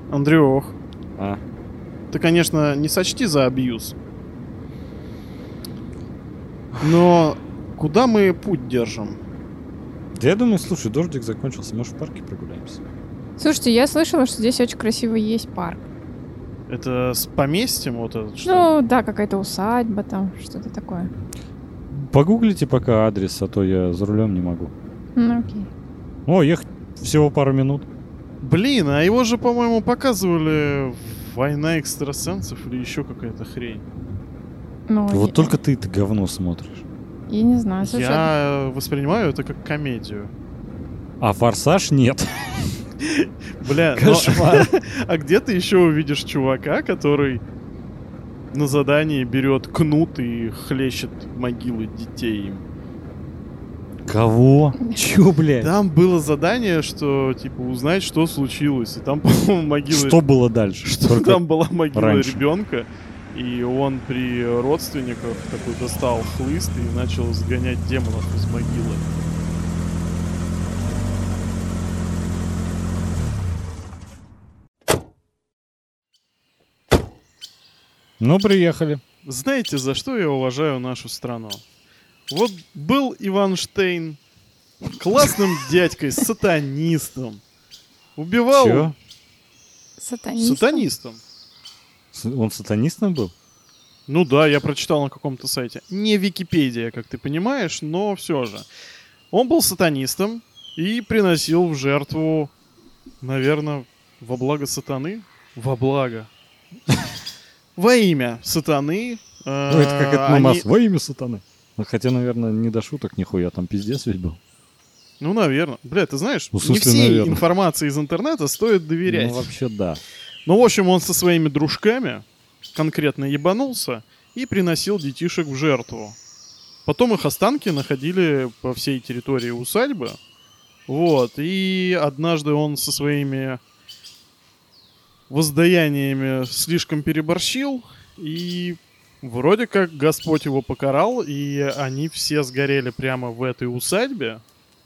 Андрюх, А? ты, конечно, не сочти за абьюз. Но куда мы путь держим? Да я думаю, слушай, дождик закончился, может в парке прогуляемся? Слушайте, я слышала, что здесь очень красивый есть парк. Это с поместьем вот этот, что ли? Ну, да, какая-то усадьба там, что-то такое. Погуглите пока адрес, а то я за рулем не могу. Ну, окей. О, ехать всего пару минут. Блин, а его же, по-моему, показывали в «Война экстрасенсов» или еще какая-то хрень. Ну, Вот я, только ты это говно смотришь. я не знаю. Слушай, Я воспринимаю это как комедию. А «Форсаж» нет. Бля, Кошмар. а где ты еще увидишь чувака, который на задании берет кнут и хлещет могилы детей им? Кого? Чё, блядь? Там было задание, что, типа, узнать, что случилось. И там, по-моему, могила... Что было дальше? Что Только там была могила раньше. ребенка, и он при родственниках такой достал хлыст и начал сгонять демонов из могилы. Ну, приехали. Знаете, за что я уважаю нашу страну? Вот был Иван Штейн классным дядькой, сатанистом. Убивал Чё? сатанист. сатанистом. Он сатанистом был? Ну да, я прочитал на каком-то сайте. Не Википедия, как ты понимаешь, но все же. Он был сатанистом и приносил в жертву, наверное, во благо сатаны. Во благо. Во имя сатаны. Ну, это как это они- мамас. Во имя сатаны. Ну, хотя, наверное, не до шуток нихуя, там пиздец ведь был. Ну, наверное. Бля, ты знаешь, Ну, в не смысле, всей наверно. информации из интернета стоит доверять. Ну, вообще, да. Ну, в общем, он со своими дружками конкретно ебанулся и приносил детишек в жертву. Потом их останки находили по всей территории усадьбы. Вот. И однажды он со своими воздаяниями слишком переборщил. И вроде как Господь его покарал. И они все сгорели прямо в этой усадьбе.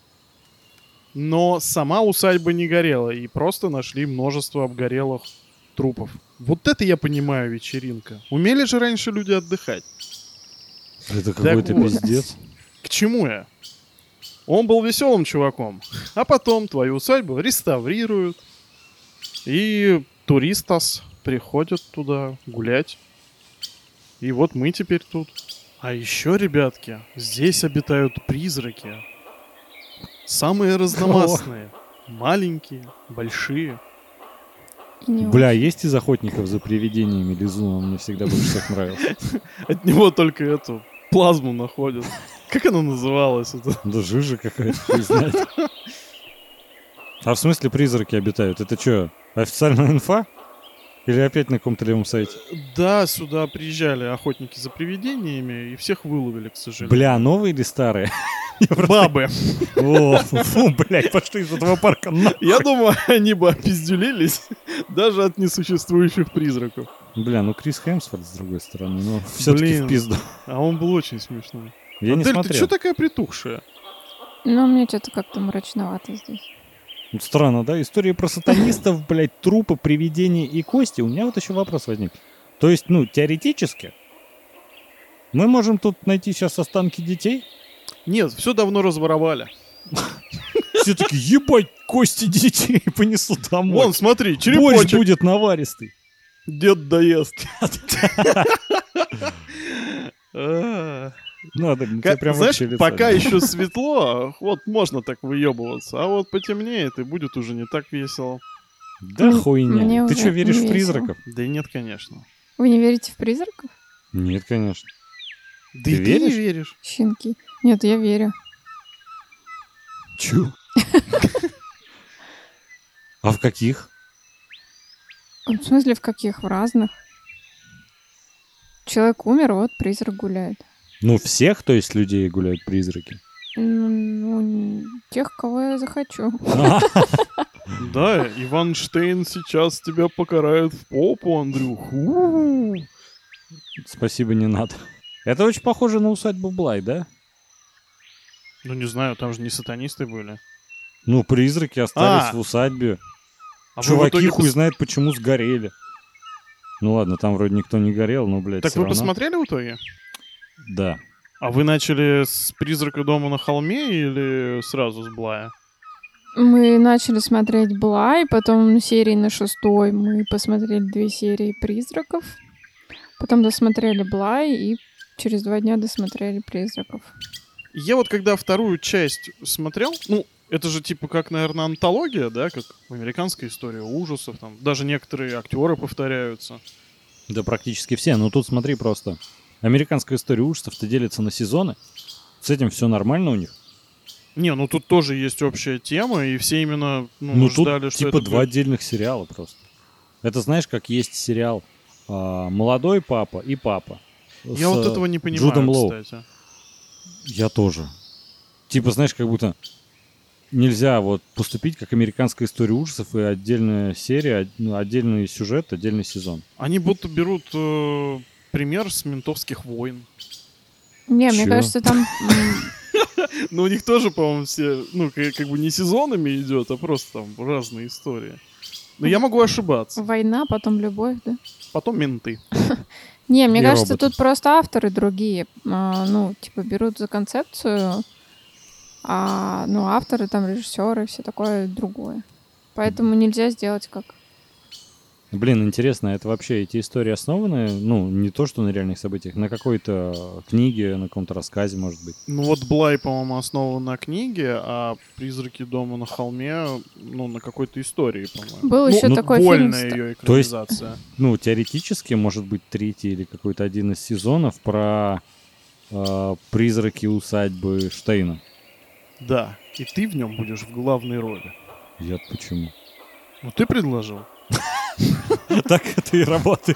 Но сама усадьба не горела. И просто нашли множество обгорелых трупов. Вот это я понимаю вечеринка. Умели же раньше люди отдыхать. Это какой-то вот. пиздец. К чему я? Он был веселым чуваком. А потом твою усадьбу реставрируют. И туристас приходят туда гулять. И вот мы теперь тут. А еще, ребятки, здесь обитают призраки. Самые разномастные. Маленькие, большие. И не Бля, есть из охотников за привидениями Лизун, он мне всегда больше всех нравился. От него только эту плазму находят. Как она называлась? Это? Да жижа какая-то, хуй знает. А в смысле призраки обитают? Это что, официальная инфа? Или опять на каком-то левом сайте? Да, сюда приезжали охотники за привидениями и всех выловили, к сожалению. Бля, новые или старые? Бабы. О, фу, блядь, пошли из этого парка нахуй. Я думаю, они бы опиздюлились даже от несуществующих призраков. Бля, ну Крис Хемсворт с другой стороны, ну все-таки Блин. в пизду. А он был очень смешной. Я не Адель, ты смотрел. что такая притухшая? Ну, мне что-то как-то мрачновато здесь. Вот странно, да? История про сатанистов, блядь, трупы, привидения и кости. У меня вот еще вопрос возник. То есть, ну, теоретически, мы можем тут найти сейчас останки детей? Нет, все давно разворовали. Все таки ебать, кости детей понесу домой. Вон, смотри, Борщ черепочек. будет наваристый. Дед доест. А. Надо, ну, тебе прям Знаешь, вообще лица пока нет. еще светло, вот можно так выебываться. А вот потемнеет, и будет уже не так весело. Да хуйня. Мне Ты уже что, веришь не в весело. призраков? Да и нет, конечно. Вы не верите в призраков? Нет, конечно. Да Ты и ты веришь? не веришь. Щенки. Нет, я верю. Чё? А в каких? В смысле, в каких? В разных. Человек умер, вот призрак гуляет. Ну, всех, то есть, людей гуляют призраки? Ну, тех, кого я захочу. Да, Иван Штейн сейчас тебя покарает в попу, Андрюх. У-у-у. Спасибо, не надо. Это очень похоже на усадьбу Блай, да? Ну, не знаю, там же не сатанисты были. Ну, призраки остались А. в усадьбе. А вы в Чуваки итоге хуй знает, почему сгорели. Ну ладно, там вроде никто не горел, но, блядь, Так всё вы равно. посмотрели в итоге? Да. А вы начали с «Призрака дома на холме» или сразу с Блая? Мы начали смотреть Блай, потом серии на 6-й мы посмотрели 2 серии «Призраков». Потом досмотрели Блай и через 2 дня досмотрели «Призраков». Я вот когда вторую часть смотрел, ну, это же типа как, наверное, антология, да, как американская история ужасов, там даже некоторые актеры повторяются. Да практически все. Но тут смотри просто. Американская история ужасов-то делится на сезоны. С этим все нормально у них. Не, ну тут тоже есть общая тема, и все именно Ну тут ждали, что типа это 2 будет. отдельных сериала просто. Это знаешь, как есть сериал «Молодой папа» и «Папа». Я с вот этого не понимаю, Джудом Лоу. кстати. Я тоже. Типа, знаешь, как будто нельзя вот поступить как американская история ужасов и отдельная серия, отдельный сюжет, отдельный сезон. Они будто берут пример с «Ментовских войн». Не, мне Чё? кажется, там Но у них тоже, по-моему, все, ну, как бы не сезонами идет, а просто там разные истории. Но я могу ошибаться. война, потом любовь, да? Потом «Менты». Не, мне И кажется, роботы. тут просто авторы другие. Ну, типа, берут за концепцию, ну, авторы, там, режиссеры, все такое другое. Поэтому нельзя сделать как... Блин, интересно, это вообще эти истории основаны, ну, не то, что на реальных событиях, на какой-то книге, на каком-то рассказе, может быть. Ну вот Блай, по-моему, основан на книге, а «Призраки дома на холме», ну, на какой-то истории, по-моему. Был еще ну, такой фильм... Вольная ее То есть- экранизация. Ну, теоретически, может быть, 3-й или какой-то один из сезонов про призраки усадьбы Штейна. Да, и ты в нем будешь в главной роли. Я почему? Ну ты предложил. Так это и работает.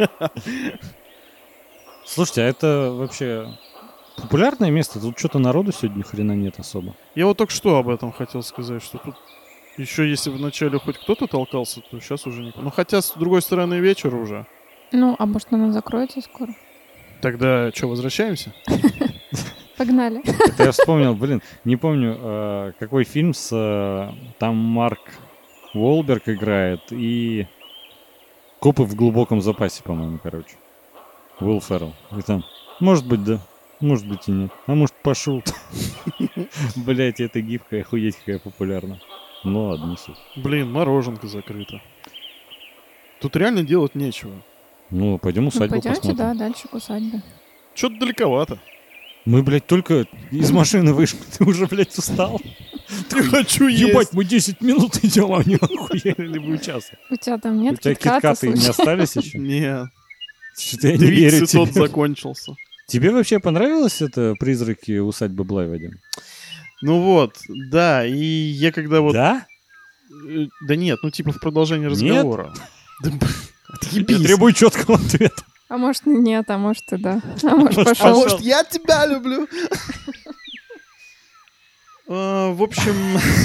Слушайте, а это вообще популярное место? Тут что-то народу сегодня ни хрена нет особо. Я вот только что об этом хотел сказать, что тут еще если вначале хоть кто-то толкался, то сейчас уже не... Ну хотя, с другой стороны, вечер уже. Ну, а может, она закроется скоро? Тогда что, возвращаемся? Погнали. Это я вспомнил, блин, не помню, какой фильм там Марк Уолберг играет и «Копы в глубоком запасе», по-моему, короче. Уилл Феррелл. И там, может быть, да, может быть и нет. А может, пошел. Блять, эта гифка, охуеть, какая популярна. Ну ладно, не суть. Блин, мороженка закрыта. Тут реально делать нечего. Ну, пойдем Ну, усадьбу пойдемте, посмотрим. да, дальше к усадьбе. Что-то далековато. Мы, блядь, только из машины вышли. Ты уже, блядь, устал? Не хочу Ебать, мы 10 минут идем, а они охуели бы час. У тебя там нет У тебя китката, киткаты не случайно? остались еще? Нет, Что-то я не верю триксы тот тебе. закончился. Тебе вообще понравилось это «Призраки усадьбы Блай», Вадим? Ну вот, да, и я когда вот... Да? Да нет, ну типа в продолжении Нет? разговора. Да, Я отъебись. требую четкого ответа. А может, нет, а может, и да. А может, Может, А пошел. может, я тебя люблю? В общем,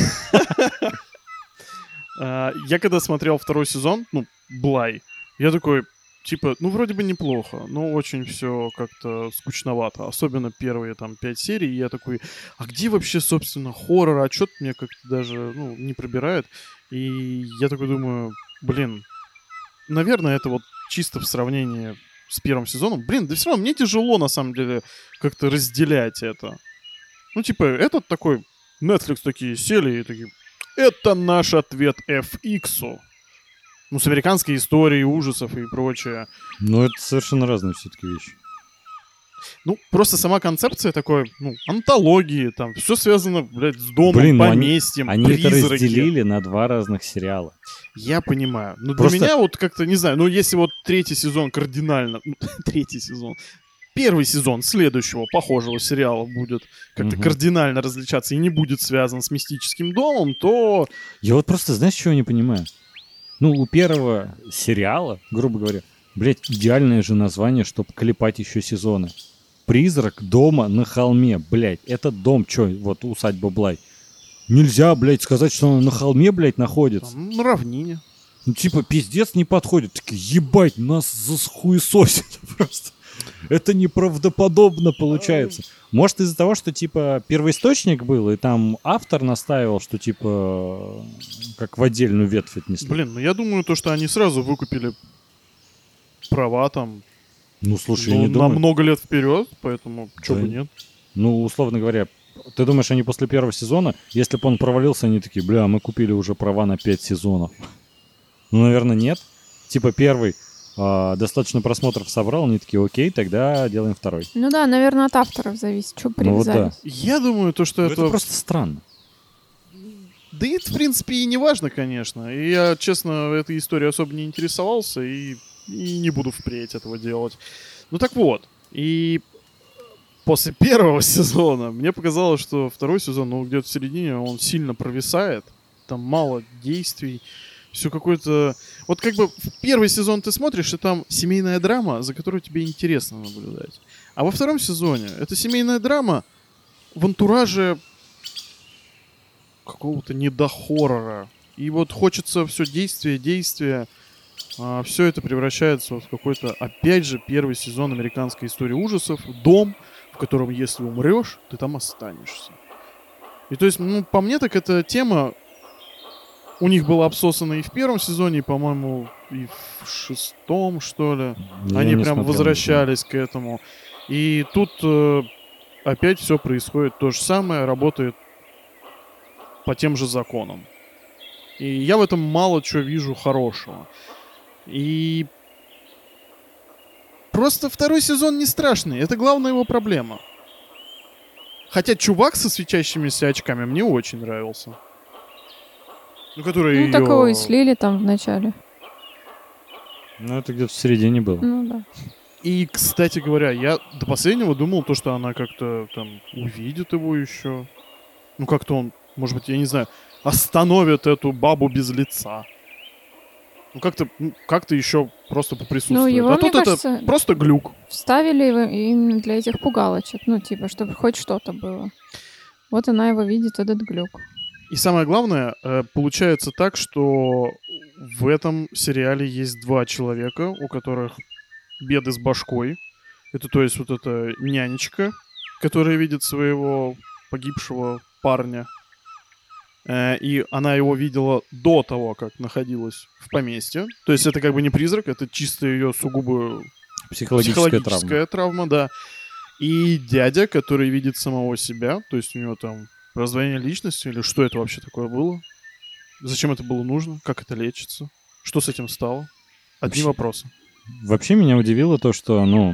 я когда смотрел второй сезон, ну, Блай, я такой, типа, ну, вроде бы неплохо, но очень все как-то скучновато. Особенно первые там 5 серий. И я такой, а где вообще, собственно, хоррор? А что-то меня как-то даже, ну, не пробирает. И я такой думаю, блин, наверное, это вот чисто в сравнении с первым сезоном. Блин, да все равно мне тяжело, на самом деле, как-то разделять это. Ну, типа, этот такой, Netflix такие сели и такие, это наш ответ FX. Ну, с американской историей, ужасов и прочее. Ну, это совершенно разные все-таки вещи. Ну, просто сама концепция такой, ну, антологии, там, все связано, блядь, с домом, Блин, ну поместьем, Они это призраки. разделили на 2 разных сериала. Я понимаю. Но Просто- для меня вот как-то, не знаю, ну, если вот третий сезон кардинально... ну, третий сезон. Первый сезон следующего похожего сериала будет как-то Мгм. кардинально различаться и не будет связан с мистическим домом, то... Я вот просто, знаешь, чего не понимаю? Ну, у первого сериала, грубо говоря, блядь, идеальное же название, чтобы клепать еще сезоны. «Призрак дома на холме», блядь. Этот дом, что, вот усадьба Блай. Нельзя, блядь, сказать, что он на холме, блядь, находится. Там, на равнине. Ну, типа, пиздец не подходит. Такие, ебать, нас засхуесосят просто. Это неправдоподобно получается. Может, из-за того, что, типа, первоисточник был, и там автор настаивал, что, типа, как в отдельную ветвь отнесли. Блин, ну я думаю, то, что они сразу выкупили права там Ну, слушай, ну, я не на думаю. много лет вперед, поэтому чё Да. бы нет. Ну, условно говоря, ты думаешь, они после первого сезона, если бы он провалился, они такие, бля, мы купили уже права на 5 сезонов. Ну, наверное, нет. Типа первый достаточно просмотров собрал, они такие, окей, тогда делаем второй. Ну да, наверное, от авторов зависит, что Ну вот да. привязались. Я думаю, то, что Ну, это... это просто странно. Да и это, в принципе, и не важно, конечно. И я, честно, этой историей особо не интересовался и не буду впредь этого делать. Ну так вот, и после первого сезона мне показалось, что второй сезон, ну где-то в середине, он сильно провисает. Там мало действий. Все какое-то... Вот как бы в первый сезон ты смотришь, и там семейная драма, за которой тебе интересно наблюдать. А во втором сезоне это семейная драма в антураже какого-то недохоррора. И вот хочется все действие, а все это превращается вот в какой-то, опять же, первый сезон американской истории ужасов. Дом, в котором, если умрешь, ты там останешься. И то есть, ну, по мне, так эта тема у них была обсосана и в первом сезоне, и, по-моему, и в шестом, что ли. Я Они не прям смотрел, возвращались к этому. И тут опять все происходит то же самое, работает по тем же законам. И я в этом мало чего вижу хорошего. И просто второй сезон не страшный. Это главная его проблема. Хотя чувак со светящимися очками мне очень нравился. Ну, который Ну, так его и слили там в начале. Ну, это где-то в середине было. Ну да. И, кстати говоря, я до последнего думал, то, что она как-то там увидит его еще. Ну, как-то он, может быть, я не знаю, остановит эту бабу без лица. Ну, как-то еще просто поприсутствует. Ну, его, а мне тут кажется, это просто глюк. вставили его именно для этих пугалочек. Ну, типа, чтобы хоть что-то было. Вот она его видит, этот глюк. И самое главное, получается так, что в этом сериале есть два человека, у которых беды с башкой. Это, то есть, вот эта нянечка, которая видит своего погибшего парня. И она его видела до того, как находилась в поместье. То есть это как бы не призрак, это чисто ее сугубо Психологическая травма. травма, да. И дядя, который видит самого себя, то есть у него там раздвоение личности, или что это вообще такое было? Зачем это было нужно? Как это лечится? Что с этим стало? Одни Вообще- вопросы. Вообще меня удивило то, что, ну,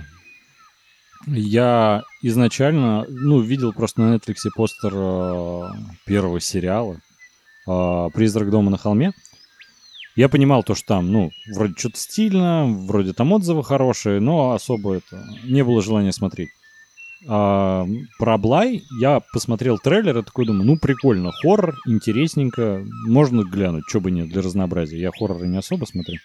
я изначально, ну, видел просто на Netflix постер первого сериала «Призрак дома на холме». Я понимал то, что там, ну, вроде что-то стильно, вроде там отзывы хорошие, но особо это не было желания смотреть. Про Блай я посмотрел трейлер и такой думаю, ну, прикольно, хоррор, интересненько, можно глянуть, что бы нет, для разнообразия. Я хорроры не особо смотрю.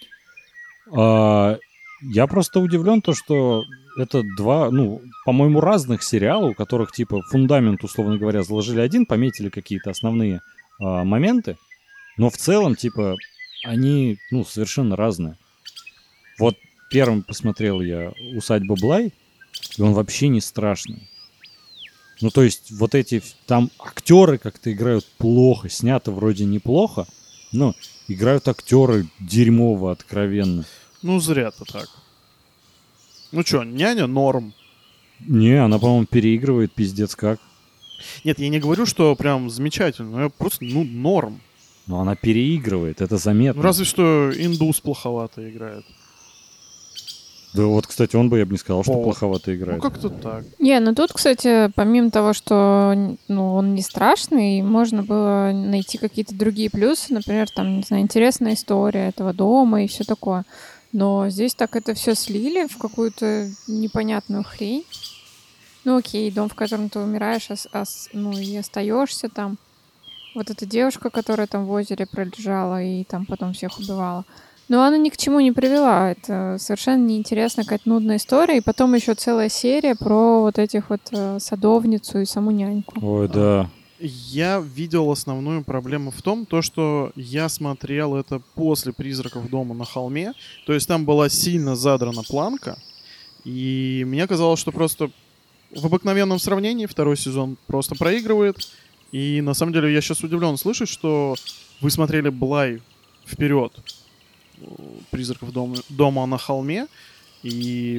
Я просто удивлен, то, что это два, ну, по-моему, разных сериала, у которых, типа, фундамент, условно говоря, заложили один, пометили какие-то основные моменты, но в целом, типа, они, ну, совершенно разные. Вот первым посмотрел я «Усадьба Блай», и он вообще не страшный. Ну, то есть, вот эти, там актеры как-то играют плохо, снято вроде неплохо, но играют актеры дерьмово, откровенно. Ну, зря ты так. Ну что, няня норм. Не, она, по-моему, переигрывает пиздец как. Нет, я не говорю, что прям замечательно, но я просто, ну, норм. Но она переигрывает, это заметно. Ну, разве что индус плоховато играет. Да вот, кстати, он бы, я бы не сказал, что О. плоховато играет. Ну, как-то так. Не, ну тут, кстати, помимо того, что ну, он не страшный, можно было найти какие-то другие плюсы, например, там, не знаю, интересная история этого дома и все такое. Но здесь так это все слили в какую-то непонятную хрень. Ну окей, дом, в котором ты умираешь, ну и остаешься там. Вот эта девушка, которая там в озере пролежала и там потом всех убивала. Но она ни к чему не привела. Это совершенно неинтересная какая-то нудная история. И потом еще целая серия про вот этих вот садовницу и саму няньку. Ой, да. Я видел основную проблему в том, то, что я смотрел это после «Призраков дома на холме». То есть там была сильно задрана планка. И мне казалось, что просто в обыкновенном сравнении второй сезон просто проигрывает. И на самом деле я сейчас удивлен слышать, что вы смотрели Блай вперед «Призраков дома на холме». И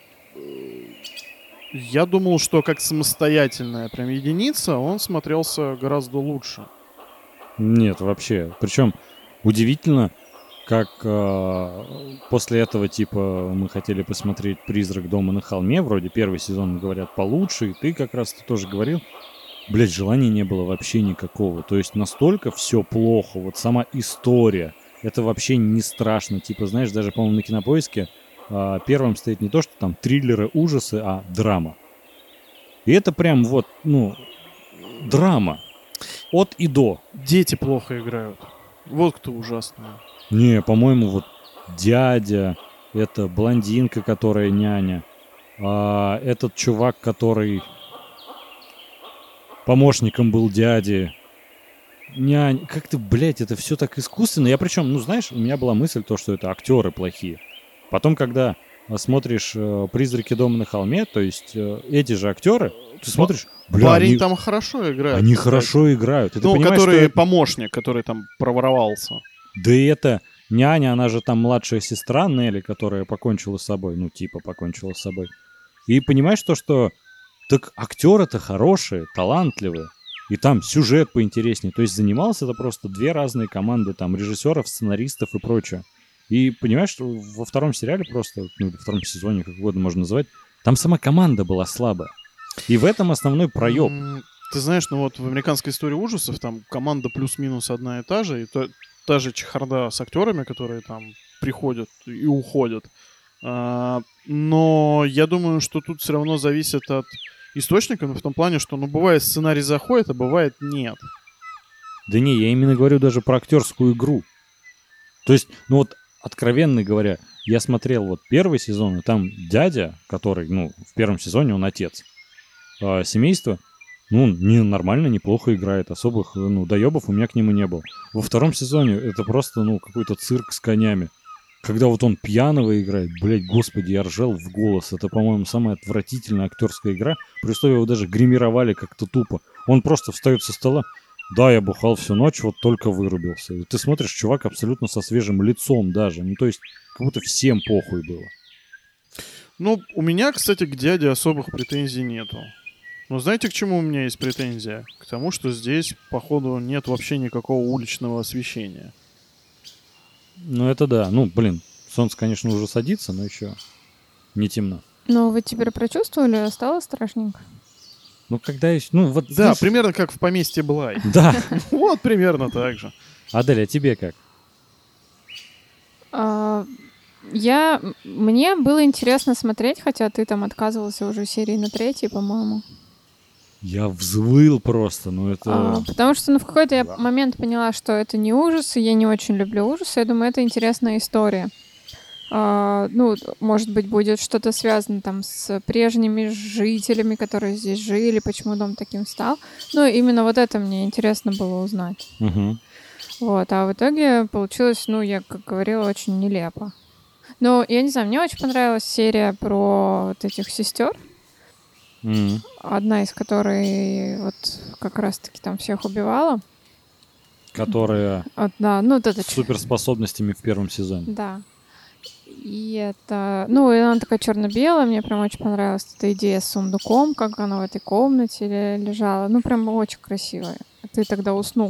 я думал, что как самостоятельная прям единица он смотрелся гораздо лучше. Нет, вообще. Причем удивительно, как после этого, типа, мы хотели посмотреть «Призрак дома на холме». Вроде первый сезон, говорят, получше. И ты как раз тоже говорил. Блять, желания не было вообще никакого. То есть настолько все плохо. Вот сама история. Это вообще не страшно. Типа, знаешь, даже, по-моему, на Кинопоиске первым стоит не то, что там триллеры, ужасы, а драма. И это прям вот, драма. От и до. Дети плохо играют. Вот кто ужасный. Не, по-моему, вот дядя, это блондинка, которая няня, этот чувак, который помощником был дяди, нянь. Как-то, блядь, это все так искусственно. Я причем, знаешь, у меня была мысль то, что это актеры плохие. Потом, когда смотришь «Призраки дома на холме», то есть эти же актеры, ты смотришь, парень там хорошо играет. Они хорошо играют. И ты понимаешь, который что помощник, который там проворовался. Да и это няня, она же там младшая сестра Нелли, которая покончила с собой. Покончила с собой. И понимаешь то, что так актеры-то хорошие, талантливые. И там сюжет поинтереснее. То есть занималось это просто две разные команды, там, режиссеров, сценаристов и прочее. И понимаешь, что во втором сериале просто, во втором сезоне, как угодно можно называть, там сама команда была слабая. И в этом основной проеб. Ты знаешь, вот в «Американской истории ужасов» там команда плюс-минус одна и та же, и та же чехарда с актерами, которые там приходят и уходят. Но я думаю, что тут все равно зависит от источника, в том плане, что, бывает сценарий заходит, а бывает нет. Да не, я именно говорю даже про актерскую игру. То есть, откровенно говоря, я смотрел первый сезон, и там дядя, который, в первом сезоне он отец семейства, нормально, неплохо играет. Особых, доебов у меня к нему не было. Во втором сезоне это просто, какой-то цирк с конями. Когда вот он пьяного играет, блядь, господи, я ржал в голос. Это, по-моему, самая отвратительная актерская игра. При условии его даже гримировали как-то тупо. Он просто встает со стола. Да, я бухал всю ночь, вот только вырубился. И ты смотришь, чувак абсолютно со свежим лицом даже. То есть, как будто всем похуй было. У меня, кстати, к дяде особых претензий нету. Но знаете, к чему у меня есть претензия? К тому, что здесь, походу, нет вообще никакого уличного освещения. Это да. Солнце, конечно, уже садится, но еще не темно. Но вы теперь прочувствовали? Стало страшненько? Когда еще... Да, знаешь, примерно как в «Поместье Блай». Да. Вот примерно так же. Адель, а тебе как? Мне было интересно смотреть, хотя ты там отказывался уже серии на 3, по-моему. Я взвыл просто, это... Потому что, в какой-то я момент поняла, что это не ужасы, я не очень люблю ужасы, я думаю, это интересная история. Может быть, будет что-то связано там с прежними жителями, которые здесь жили, почему дом таким стал. Именно вот это мне интересно было узнать. Угу. А в итоге получилось, я, как говорила, очень нелепо. Я не знаю, мне очень понравилась серия про вот этих сестер. Одна из которой вот как раз-таки там всех убивала. Которая с суперспособностями в первом сезоне. Да. И это... и она такая черно-белая, мне прям очень понравилась эта идея с сундуком, как она в этой комнате лежала. Прям очень красивая. Ты тогда уснул.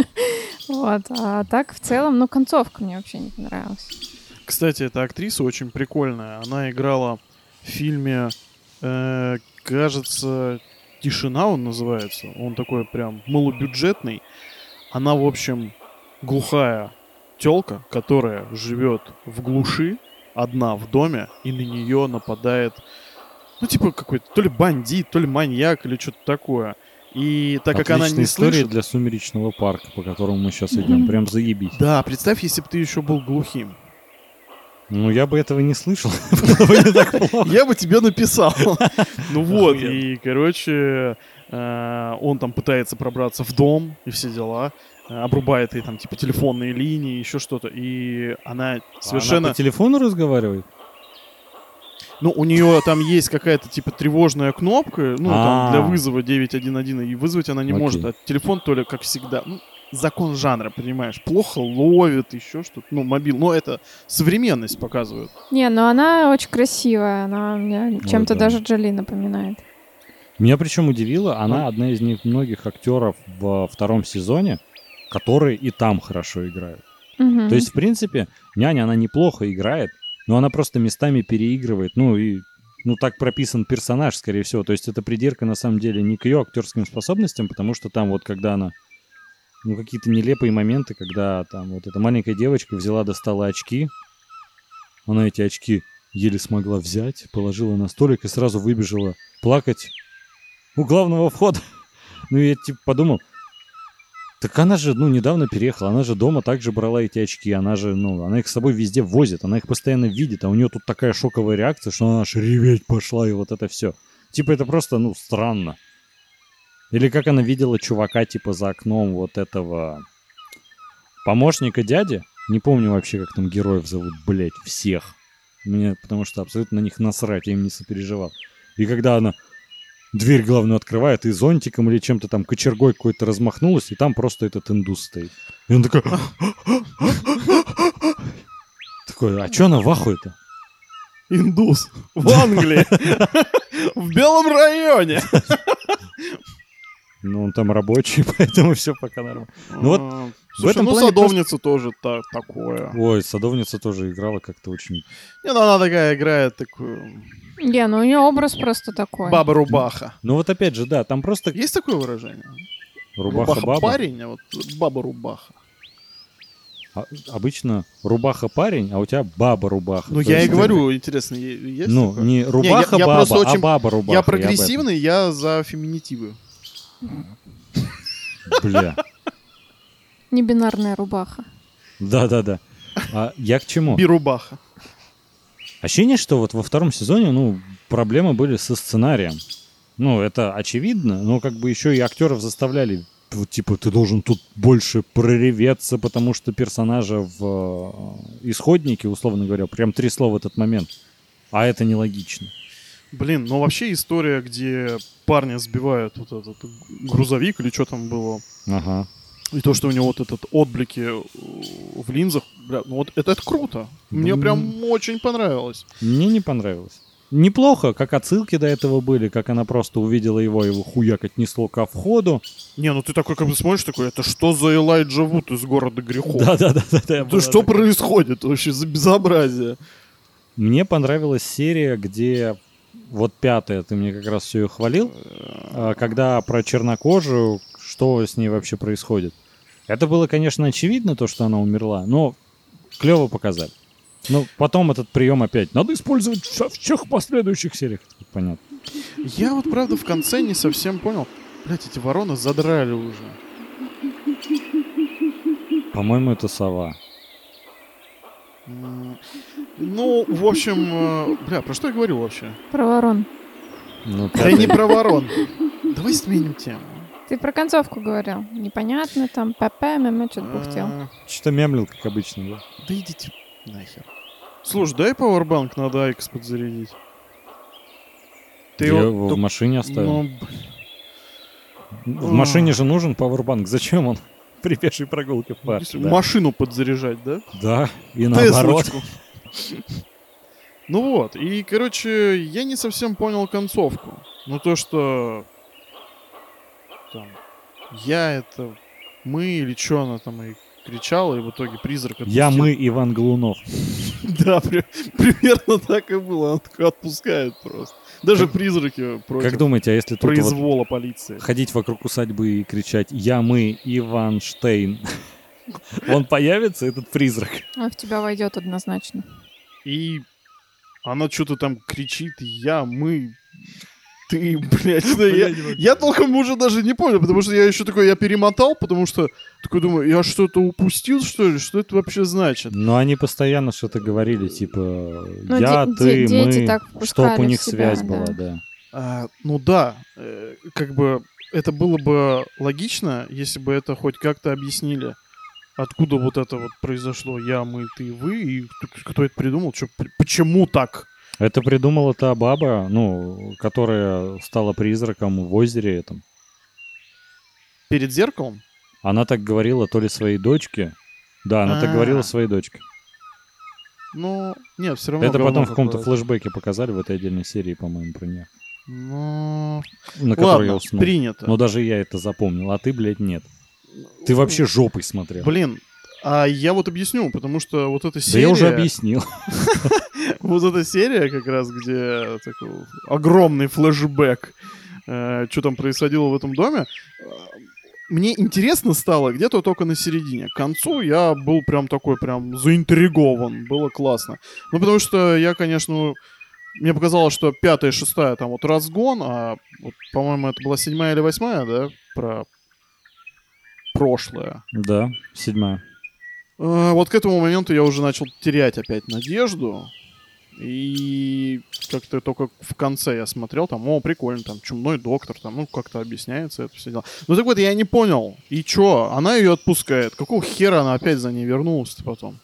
А так, в целом, концовка мне вообще не понравилась. Кстати, эта актриса очень прикольная. Она играла в фильме, кажется, «Тишина» он называется. Он такой прям малобюджетный. Она, в общем, глухая тёлка, которая живет в глуши, одна в доме, и на нее нападает, какой-то то ли бандит, то ли маньяк, или что-то такое. И так как она не история слышит... для «Сумеречного парка», по которому мы сейчас идем. Прям заебись. Да, представь, если бы ты еще был глухим. Я бы этого не слышал. Я бы тебе написал. И, короче, он там пытается пробраться в дом и все дела. Обрубает ей там, телефонные линии, еще что-то. И она совершенно... Она по телефону разговаривает? Ну, у нее там есть какая-то, типа, тревожная кнопка, ну, там, для вызова 911, и вызвать она не может. А телефон то ли, как всегда, ну, закон жанра, понимаешь, плохо ловит, еще что-то, ну, мобил. Но это современность показывает. Не, но она очень красивая, она мне чем-то даже Джоли напоминает. Меня причем удивило, она одна из немногих актеров во втором сезоне, которые и там хорошо играют. Угу. То есть, в принципе, няня, она неплохо играет, но она просто местами переигрывает. Ну, и так прописан персонаж, скорее всего. То есть, это придирка, на самом деле, не к ее актерским способностям, потому что там вот, когда она... Ну, какие-то нелепые моменты, когда там вот эта маленькая девочка взяла, достала очки. Она эти очки еле смогла взять, положила на столик и сразу выбежала плакать у главного входа. Ну, я типа подумал, так она же, недавно переехала, она же дома также брала эти очки, она же, она их с собой везде возит, она их постоянно видит, а у нее тут такая шоковая реакция, что она аж реветь пошла, и вот это все. Типа это просто, странно. Или как она видела чувака, типа, за окном вот этого помощника дяди, не помню вообще, как там героев зовут, блять, всех. Мне, потому что абсолютно на них насрать, я им не сопереживал. И когда она дверь главную открывает и зонтиком или чем-то там кочергой какой-то размахнулась, и там просто этот индус стоит. И он такой... Такой, а чё она в ахуе-то? Индус в Англии. В Белом районе. Ну, он там рабочий, поэтому все пока нормально. Ну вот, слушай, в этом плане садовница тоже такое. Ой, садовница тоже играла как-то очень... Не, ну она такая играет такую... Не, ну у нее образ просто такой. Баба-рубаха. Ну вот опять же, да, там просто... Есть такое выражение? Рубаха-баба? Парень, а вот баба-рубаха. Обычно рубаха-парень, а у тебя баба-рубаха. Ну, я и говорю, интересно, есть такое? Не рубаха-баба, а баба-рубаха. Я прогрессивный, я за феминитивы. Бля. Небинарная рубаха. Да-да-да. А я к чему? Бирубаха. Ощущение, что вот во втором сезоне, проблемы были со сценарием. Это очевидно, но как бы еще и актеров заставляли, вот, типа, ты должен тут больше прореветься, потому что персонажа в исходнике, условно говоря, прям трясло в этот момент. А это нелогично. Блин, вообще история, где парня сбивают вот этот грузовик или что там было. Ага. И то, что у него вот этот отблики в линзах, бля, вот это круто. Мне прям очень понравилось. Мне не понравилось. Неплохо, как отсылки до этого были, как она просто увидела его хуяк отнесло ко входу. Не, ты такой как бы смотришь, такой, это что за Элайджа Вуд из города грехов? Да. Что происходит вообще за безобразие? Мне понравилась серия, где... Вот 5-я, ты мне как раз все ее хвалил, когда про чернокожую, что с ней вообще происходит. Это было, конечно, очевидно, то, что она умерла, но клево показали. Потом этот прием опять надо использовать в всех последующих сериях. Понятно. Я вот, правда, в конце не совсем понял. Блять, эти вороны задрали уже. По-моему, это сова. В общем, про что я говорю вообще? Про ворон. Да не про ворон. Давай сменим тему. Ты про концовку говорил. Непонятно, там ПП, что-то бухтел. Что-то мямлил, как обычно, да? Да идите нахер. Слушай, дай пауэрбанк, надо Айкос подзарядить. Ты его в машине оставил? В машине же нужен пауэрбанк. Зачем он? При пешей прогулке в парке. Машину подзаряжать, да? Да, и наоборот. И, короче, я не совсем понял концовку. То, что там мы или что она там и кричала, и в итоге призрак отпустил. Мы Иван Глунов. Да, примерно так и было. Он такой отпускает просто. Даже призраки против как думаете, а если тут произвола полиции ходить вокруг усадьбы и кричать мы Иван Штейн, он появится, этот призрак? Он в тебя войдет однозначно. И она что-то там кричит, ты, блядь, я толком уже даже не понял, потому что я еще такой, я перемотал, потому что такой думаю, я что-то упустил, что ли? Что это вообще значит? Они постоянно что-то говорили, типа, дети мы, так чтоб у них себя, связь была, да. Как бы это было бы логично, если бы это хоть как-то объяснили, откуда вот это вот произошло, мы, ты, вы, и кто это придумал, почему так? Это придумала та баба, ну, которая стала призраком в озере этом. Перед зеркалом? Она так говорила то ли своей дочке. Да, она так говорила А. своей дочке. Ну, нет, все равно Это говно потом в каком-то какое-то. флешбеке показали в этой отдельной серии, по-моему, про нее. Ну, На которой я ладно, уснул. принято. Но даже я это запомнил, а ты, блядь, нет. Ты вообще жопой смотрел. Блин, а я вот объясню, потому что вот эта Да серия... я уже объяснил. Вот эта серия как раз, где такой огромный флешбэк, что там происходило в этом доме, мне интересно стало где-то только на середине. К концу я был прям такой, прям заинтригован. Было классно. Ну, потому что я, конечно, мне показалось, что 5-я и 6-я там вот разгон, а, вот, по-моему, это была 7-я или 8-я, да, про прошлое. Да, 7-я. Вот к этому моменту я уже начал терять опять надежду. И как-то только в конце я смотрел, там, о, прикольно, там, чумной доктор, там, ну, как-то объясняется это все дело. Ну, так вот, я не понял. И чё? Она ее отпускает. Какого хера она опять за ней вернулась-то потом?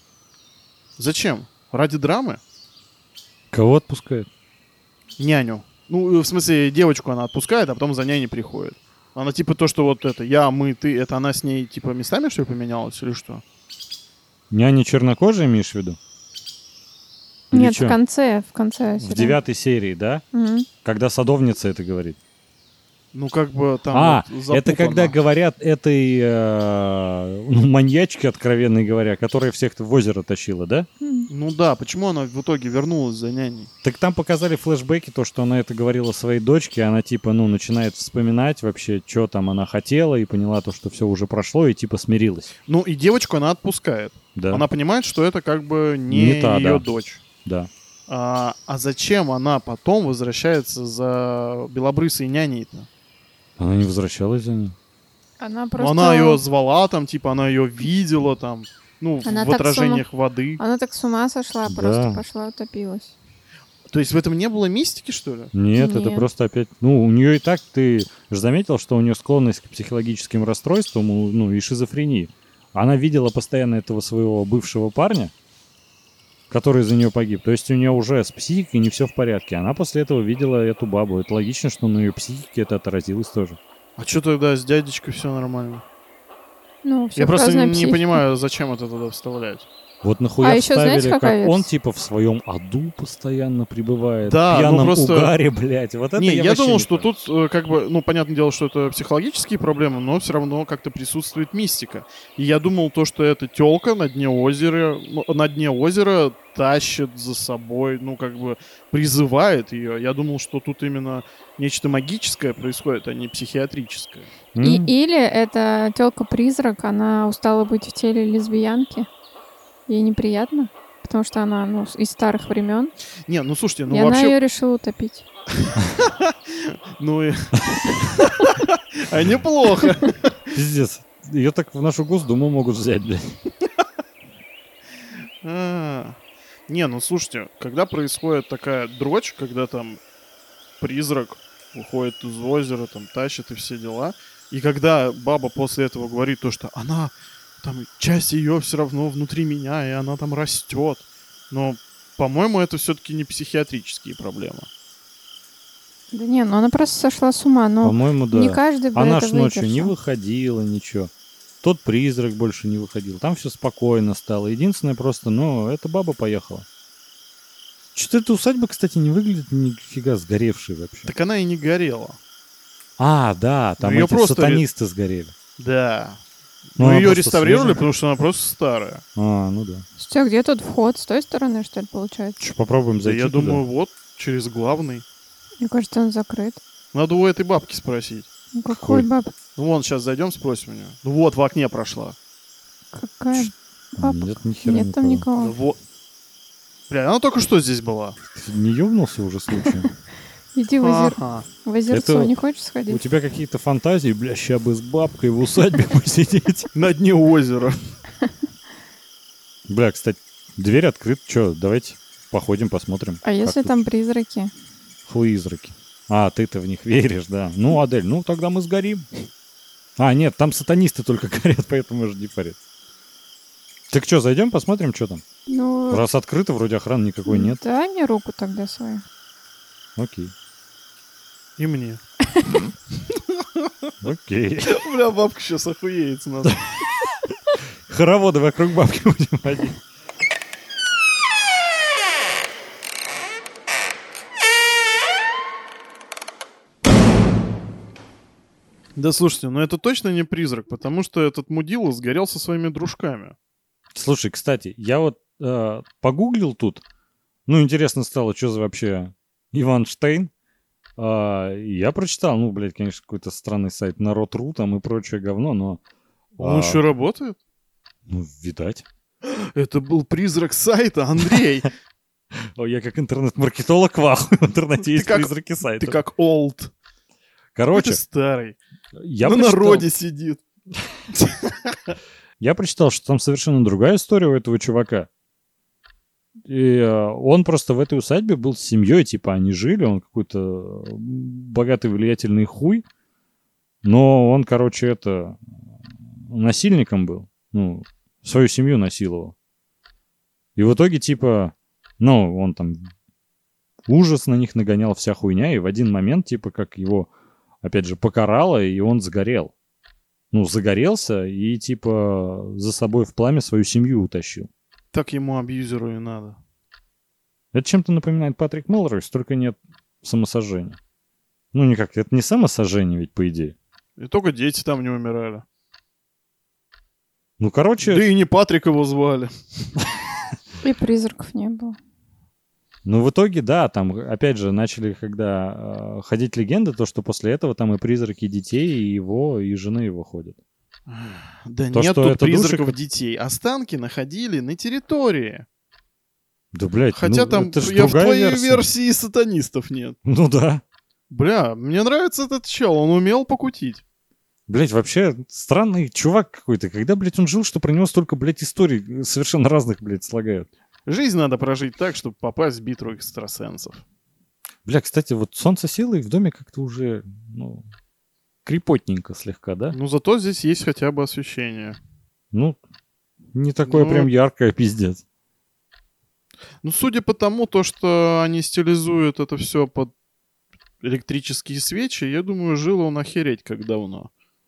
Зачем? Ради драмы? Кого отпускает? Няню. Ну, в смысле, девочку она отпускает, а потом за няней приходит. Она типа то, что вот это, я, мы, ты, это она с ней, типа, местами, что ли, поменялась или что? Няня чернокожая, имеешь в виду? Или Нет, чё? в конце В сериала. 9-й серии, да? Мгм. Когда садовница это говорит. Ну, как бы там А, вот это запутано. когда говорят этой ну, маньячке, откровенно говоря, которая всех в озеро тащила, да? Ну да, почему она в итоге вернулась за няней? Так там показали флешбеки, то, что она это говорила своей дочке, она типа, ну, начинает вспоминать вообще, что там она хотела, и поняла то, что все уже прошло, и типа смирилась. Ну и девочку она отпускает. Да, Она понимает, что это как бы не Не та, ее да. дочь. да. А зачем она потом возвращается за белобрысой няней-то? Она не возвращалась за ней. Она Ну, просто... она ее звала там, типа, она ее видела там, ну, Она в так отражениях воды. Она так с ума сошла, Да. просто пошла, утопилась. То есть в этом не было мистики, что ли? Нет, это Нет. просто опять... Ну, у нее и так, ты же заметил, что у нее склонность к психологическим расстройствам, ну, и шизофрении. Она видела постоянно этого своего бывшего парня, который за нее погиб. То есть у нее уже с психикой не все в порядке. Она после этого видела эту бабу. Это логично, что на ее психике это отразилось тоже. А что тогда с дядечкой все нормально? Ну, всё Я просто разная не психика. понимаю, зачем это туда вставлять. Вот нахуя А еще знаете, вставили, какая как он версия? типа в своем аду постоянно пребывает. Да, в ну пьяном просто- угаре, блядь. Вот это Не, я вообще думал, не что понял. тут как бы, ну, понятное дело, что это психологические проблемы, но все равно как-то присутствует мистика. И я думал то, что эта телка на дне озера тащит за собой, ну, как бы призывает ее. Я думал, что тут именно нечто магическое происходит, а не психиатрическое. Или это тёлка-призрак, она устала быть в теле лесбиянки. Ей неприятно, потому что она, ну, из старых времен. Не, ну слушайте, ну и она вообще, ее решила утопить. ну и... А неплохо. Пиздец. Ее так в нашу Госдуму могут взять, блядь. Не, ну слушайте, когда происходит такая дрочь, когда там призрак уходит из озера, там тащит и все дела, и когда баба после этого говорит то, что она, там, часть ее все равно внутри меня, и она там растет, но, по-моему, это все-таки не психиатрические проблемы. Да не, ну она просто сошла с ума. Но По-моему, да. не каждый бы Она это ж ночью не выдержал. выходила, ничего. Тот призрак больше не выходил. Там все спокойно стало. Единственное просто, ну, эта баба поехала. Что-то эта усадьба, кстати, не выглядит нифига сгоревшей вообще. Так она и не горела. А, да, там Ну, её эти просто сатанисты сгорели. Да. Ну, Но она ее просто реставрировали, свежая. потому что она просто старая. А, ну да. Что, где тут вход? С той стороны, что ли, получается? Что, попробуем Да зайти я туда? думаю, вот, через главный. Мне кажется, он закрыт. Надо у этой бабки спросить. Ну какой Какой? баб? Ну, вон, сейчас зайдем, спросим у нее. Ну вот, в окне прошла. Какая бабка? Нет, нихера Нет там Ну, никого. вот. Бля, она только что здесь была. Ты не ёбнулся уже случаем? Иди Ага. в озерцо, Это- не хочешь У сходить? тебя какие-то фантазии, бля, ща бы с бабкой в усадьбе посидеть. На дне озера. Бля, кстати, дверь открыта. Че, давайте походим, посмотрим. А если как там тут призраки? Флизраки. А, ты-то в них веришь, да. Ну, Адель, ну тогда мы сгорим. А, нет, там сатанисты только горят, поэтому можешь не париться. Так что, зайдем, посмотрим, что там? Ну, Раз открыто, вроде охраны никакой нет. дай мне руку тогда свою. Окей. И мне. Окей. Бля, бабка сейчас охуеет с нас. Хороводы вокруг бабки будем водить. Да слушайте, ну это точно не призрак, потому что этот мудила сгорел со своими дружками. Слушай, кстати, я вот погуглил тут. Ну, интересно стало, что за вообще Иван Штейн. И я прочитал, ну, блядь, конечно, какой-то странный сайт Народ.ру там и прочее говно, но... Он еще работает? Ну, видать. Это был призрак сайта, Андрей. О, я как интернет-маркетолог в ахуе. В интернете есть призраки сайта. Ты как олд. Короче, Ты старый. я На прочитал- народе сидит. Я прочитал, что там совершенно другая история у этого чувака. И он просто в этой усадьбе был с семьей, типа они жили, он какой-то богатый, влиятельный хуй. Но он, короче, насильником был. Ну, свою семью насиловал. И в итоге, типа, ну, он там ужас на них нагонял, вся хуйня. И в один момент, типа, как его, опять же, покарало, и он сгорел. Ну, загорелся и, типа, за собой в пламя свою семью утащил. Так ему абьюзеру и надо. Это чем-то напоминает Патрик Мелроуз, только нет самосожжения. Ну, никак, это не самосожжение ведь, по идее. И только дети там не умирали. Ну, короче, Да и не Патрик его звали. И призраков не было. ну, в итоге, да, там, опять же, начали, когда ходить легенды, то, что после этого там и призраки детей, и его, и жены его ходят. Да То, нет что тут это души, призраков как- детей. Останки находили на территории. Да, блядь, Хотя ну, там это ж я в другая твоей версия. версии сатанистов нет. Ну, да. Бля, мне нравится этот чел, он умел покутить. Блядь, вообще странный чувак какой-то. Когда, блядь, он жил, что про него столько, блядь, историй совершенно разных, блядь, слагают. Жизнь надо прожить так, чтобы попасть в битву экстрасенсов. Бля, кстати, вот солнце село, и в доме как-то уже, ну, крепотненько слегка, да? Ну зато здесь есть хотя бы освещение. Ну, не такое Ну, прям яркое, пиздец. Ну, судя по тому, то, что они стилизуют это все под электрические свечи, я думаю, жил он охереть как давно.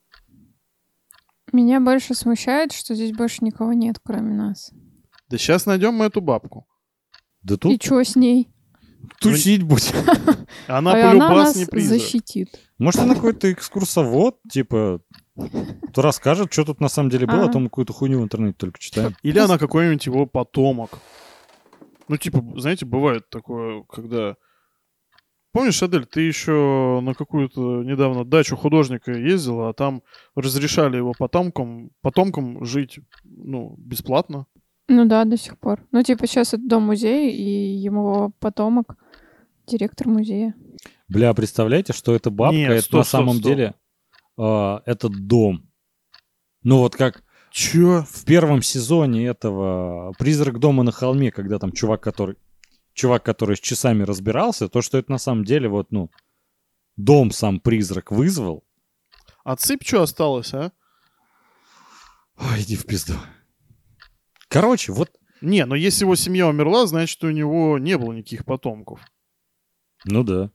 Меня больше смущает, что здесь больше никого нет, кроме нас. Да сейчас найдем мы эту бабку. Да И тут чё с ней? тусить будет. Она А она полюбас нас не призрак. защитит. Может, она какой-то экскурсовод, типа, то расскажет, что тут на самом деле было, а то мы какую-то хуйню в интернете только читаем. Или она какой-нибудь его потомок. Ну, типа, знаете, бывает такое, когда... Помнишь, Адель, ты еще на какую-то недавно дачу художника ездила, а там разрешали его потомкам жить, ну, бесплатно. Ну да, до сих пор. Ну, типа, сейчас это дом-музей, и его потомок директор музея. Бля, представляете, что эта бабка, Нет, это стоп, на стоп, самом стоп. деле этот дом. Ну вот как Чё? в первом сезоне этого «Призрак дома на холме», когда там чувак, который с часами разбирался, то, что это на самом деле вот, ну, дом сам призрак вызвал. Отсыпь, что осталось, а? Ой, иди в пизду. Короче, вот, Не, но если его семья умерла, значит, у него не было никаких потомков. ну да.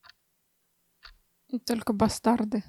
Только бастарды.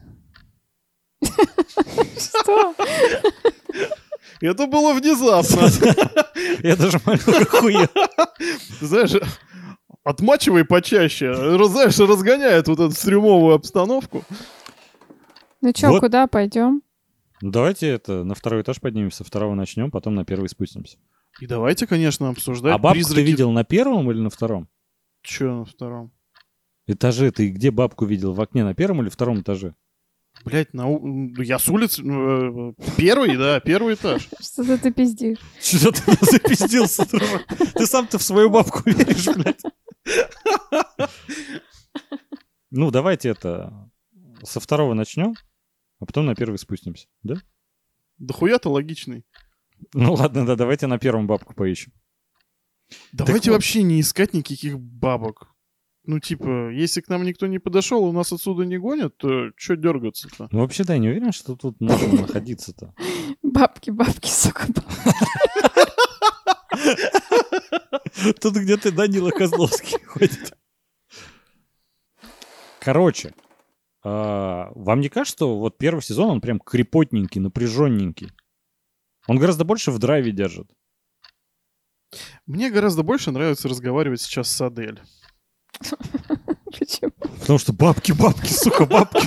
Что? Это было внезапно. Я даже маленькую хуя. Ты знаешь, отмачивай почаще. Знаешь, разгоняет вот эту стрёмовую обстановку. Ну чё, Вот. куда пойдем? Ну давайте на второй этаж поднимемся, второго начнем, потом на первый спустимся. И давайте, конечно, обсуждать А бабку ты призраки. видел на первом или на втором Чё на втором? этаже? Ты где бабку видел? В окне на первом или втором этаже? Блять, я с улицы... Первый, да, первый этаж. Что ты пиздишь? Что ты запиздился, дружок? Ты сам-то в свою бабку веришь, блядь. Ну, давайте со второго начнем, а потом на первый спустимся, да? Да хуя ты логичный. Ну ладно, да, давайте на первом бабку поищем. Давайте вот. вообще не искать никаких бабок. Ну, типа, если к нам никто не подошел, и нас отсюда не гонят, то что дергаться-то? Ну, вообще, да, я не уверен, что тут можно находиться-то. Бабки, сука, бабки. Тут где-то Данила Козловский ходит. Короче, вам не кажется, что вот первый сезон, он прям крепотненький, напряженненький? Он гораздо больше в драйве держит. Мне гораздо больше нравится разговаривать сейчас с Адель. Почему? Потому что бабки, сука, бабки.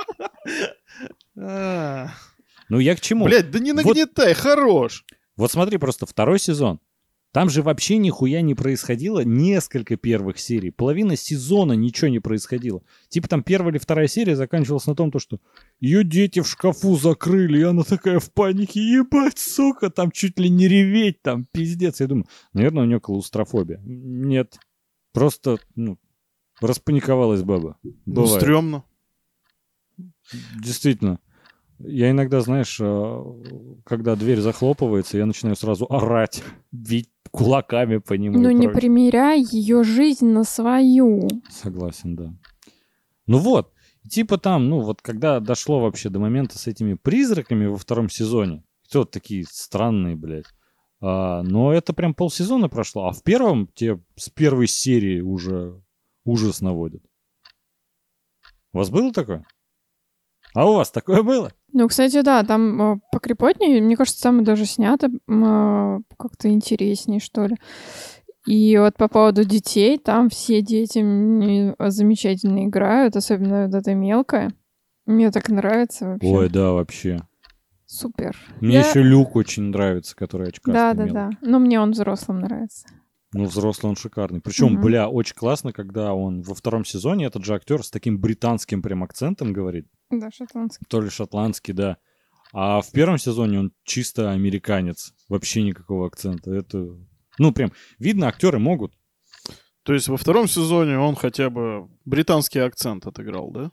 Ну я к чему? Блядь, да не нагнетай, хорош. Вот смотри, просто второй сезон. Там же вообще нихуя не происходило несколько первых серий. Половина сезона ничего не происходило. Типа там первая или вторая серия заканчивалась на том, что ее дети в шкафу закрыли, и она такая в панике, ебать, сука, там чуть ли не реветь, там пиздец. Я думаю, наверное, у нее клаустрофобия. Нет, просто, распаниковалась баба. Ну, стрёмно. Действительно. Я иногда, знаешь, когда дверь захлопывается, я начинаю сразу орать, бить кулаками по нему. Ну не примеряй ее жизнь на свою. Согласен, да. Ну вот, типа там, вот когда дошло вообще до момента с этими призраками во втором сезоне, кто такие странные, блядь. Но это прям полсезона прошло, а в первом тебе с первой серии уже ужас наводят. У вас было такое? А у вас такое было? Ну, кстати, да, там покрепотнее, мне кажется, там даже снято как-то интереснее, что ли. И вот по поводу детей, там все дети замечательно играют, особенно вот эта мелкая. Мне так нравится вообще. Ой, да, вообще. Супер. Мне еще Люк очень нравится, который очкастый. Да. Но мне он взрослым нравится. Ну, взрослый он шикарный. Причем, бля, очень классно, когда он во втором сезоне, этот же актер с таким британским прям акцентом говорит. Да, шотландский. То ли шотландский, да. А в первом сезоне он чисто американец. Вообще никакого акцента. Это... прям видно, актеры могут. То есть во втором сезоне он хотя бы британский акцент отыграл, да?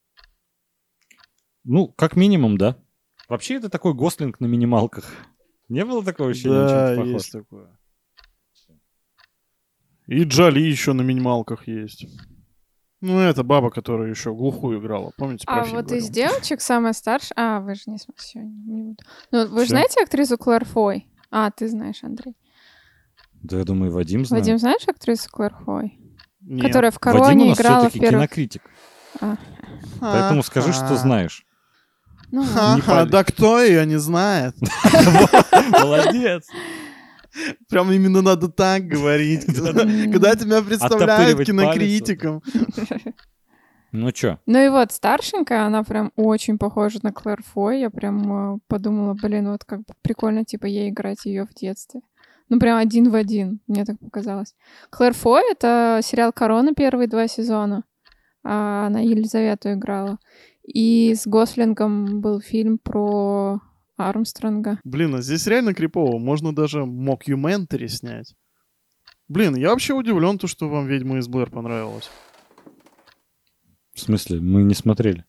Как минимум, да. Вообще это такой Гослинг на минималках. Не было такого ощущения? Да, есть такое. И Джоли еще на минималках есть. Это баба, которая еще глухую играла. Помните, про фильм вот говорил? из девочек самая старшая... вы же не смотрите. Не буду. Вы же знаете актрису Клэр Фой? Ты знаешь, Андрей. Да, я думаю, Вадим знает. Вадим, знаешь актрису Клэр Фой? Нет. Которая в Вадим «Короне» у нас играла в все-таки первом... кинокритик. Поэтому скажи, что знаешь. Да кто ее не знает? Молодец. Прям именно надо так говорить, когда тебя представляют кинокритиком. Ну чё? Ну и вот старшенькая, она прям очень похожа на Клэр Фой. Я прям подумала, вот как бы прикольно, типа, ей играть ее в детстве. Прям один в один, мне так показалось. Клэр Фой — это сериал «Корона», первые 2 сезона. Она Елизавету играла. И с Гослингом был фильм про Армстронга. Блин, здесь реально крипово. Можно даже мокюментари снять. Блин, я вообще удивлен, что вам «Ведьма из Блэр» понравилась. В смысле? Мы не смотрели.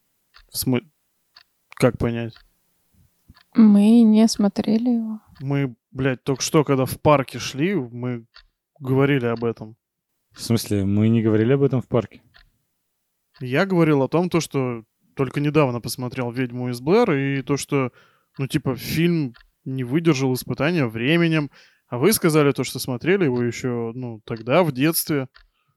Как понять? Мы не смотрели его. Мы, только что, когда в парке шли, мы говорили об этом. В смысле? Мы не говорили об этом в парке? Я говорил о том, что только недавно посмотрел «Ведьму из Блэр», и то, что, фильм не выдержал испытания временем, а вы сказали то, что смотрели его еще, тогда, в детстве.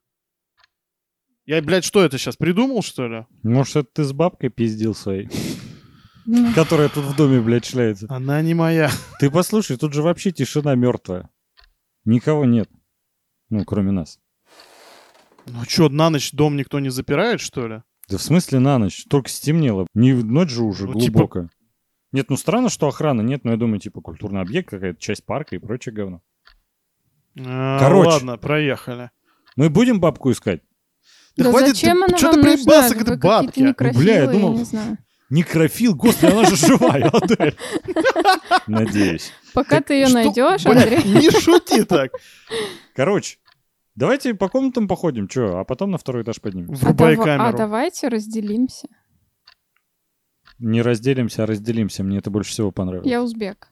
Я, что это сейчас, придумал, что ли? Может, это ты с бабкой пиздил своей? Которая тут в доме, шляется. Она не моя. Ты послушай, тут же вообще тишина мертвая. Никого нет. Кроме нас. Что, на ночь дом никто не запирает, что ли? Да в смысле на ночь? Только стемнело. Не ночь же уже, глубокая. Нет, странно, что охраны нет, но я думаю, культурный объект, какая-то часть парка и прочее говно. Короче. Ладно, проехали. Мы будем бабку искать? Да хватит, зачем она что вам ты приебался нужна? к этой бабке? Я думал, не знаю. Некрофил, господи, она же живая, Адель. Надеюсь. Пока ты ее найдешь, Андрей. Не шути так. Короче, давайте по комнатам походим, а потом на второй этаж поднимем. Врубай камеру. Давайте разделимся. Не разделимся, а разделимся. Мне это больше всего понравилось. Я узбек.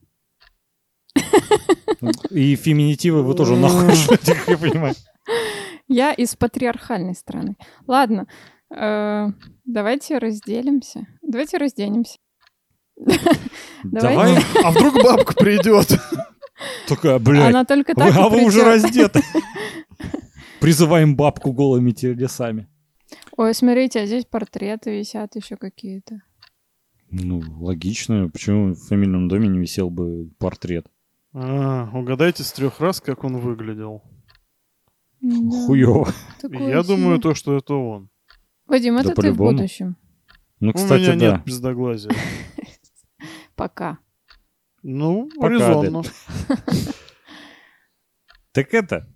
И феминитивы вы тоже нахуй шлете, как я понимаю. Я из патриархальной страны. Ладно, давайте разделимся. Давайте разденемся. Давай. А вдруг бабка придет? Такая, блядь, Она только так и вы уже придёт. раздеты. Призываем бабку голыми телесами. Ой, смотрите, а здесь портреты висят еще какие-то. Ну, логично. Почему в фамильном доме не висел бы портрет? Угадайте с 3 раз, как он выглядел. Да, Хуёво. такое Я думаю, себе. что это он. Вадим, Да это ты в по-любому. будущем. Ну, У кстати, меня да. нет пиздоглазия. Пока. Ну, Пока, резонно. Так это...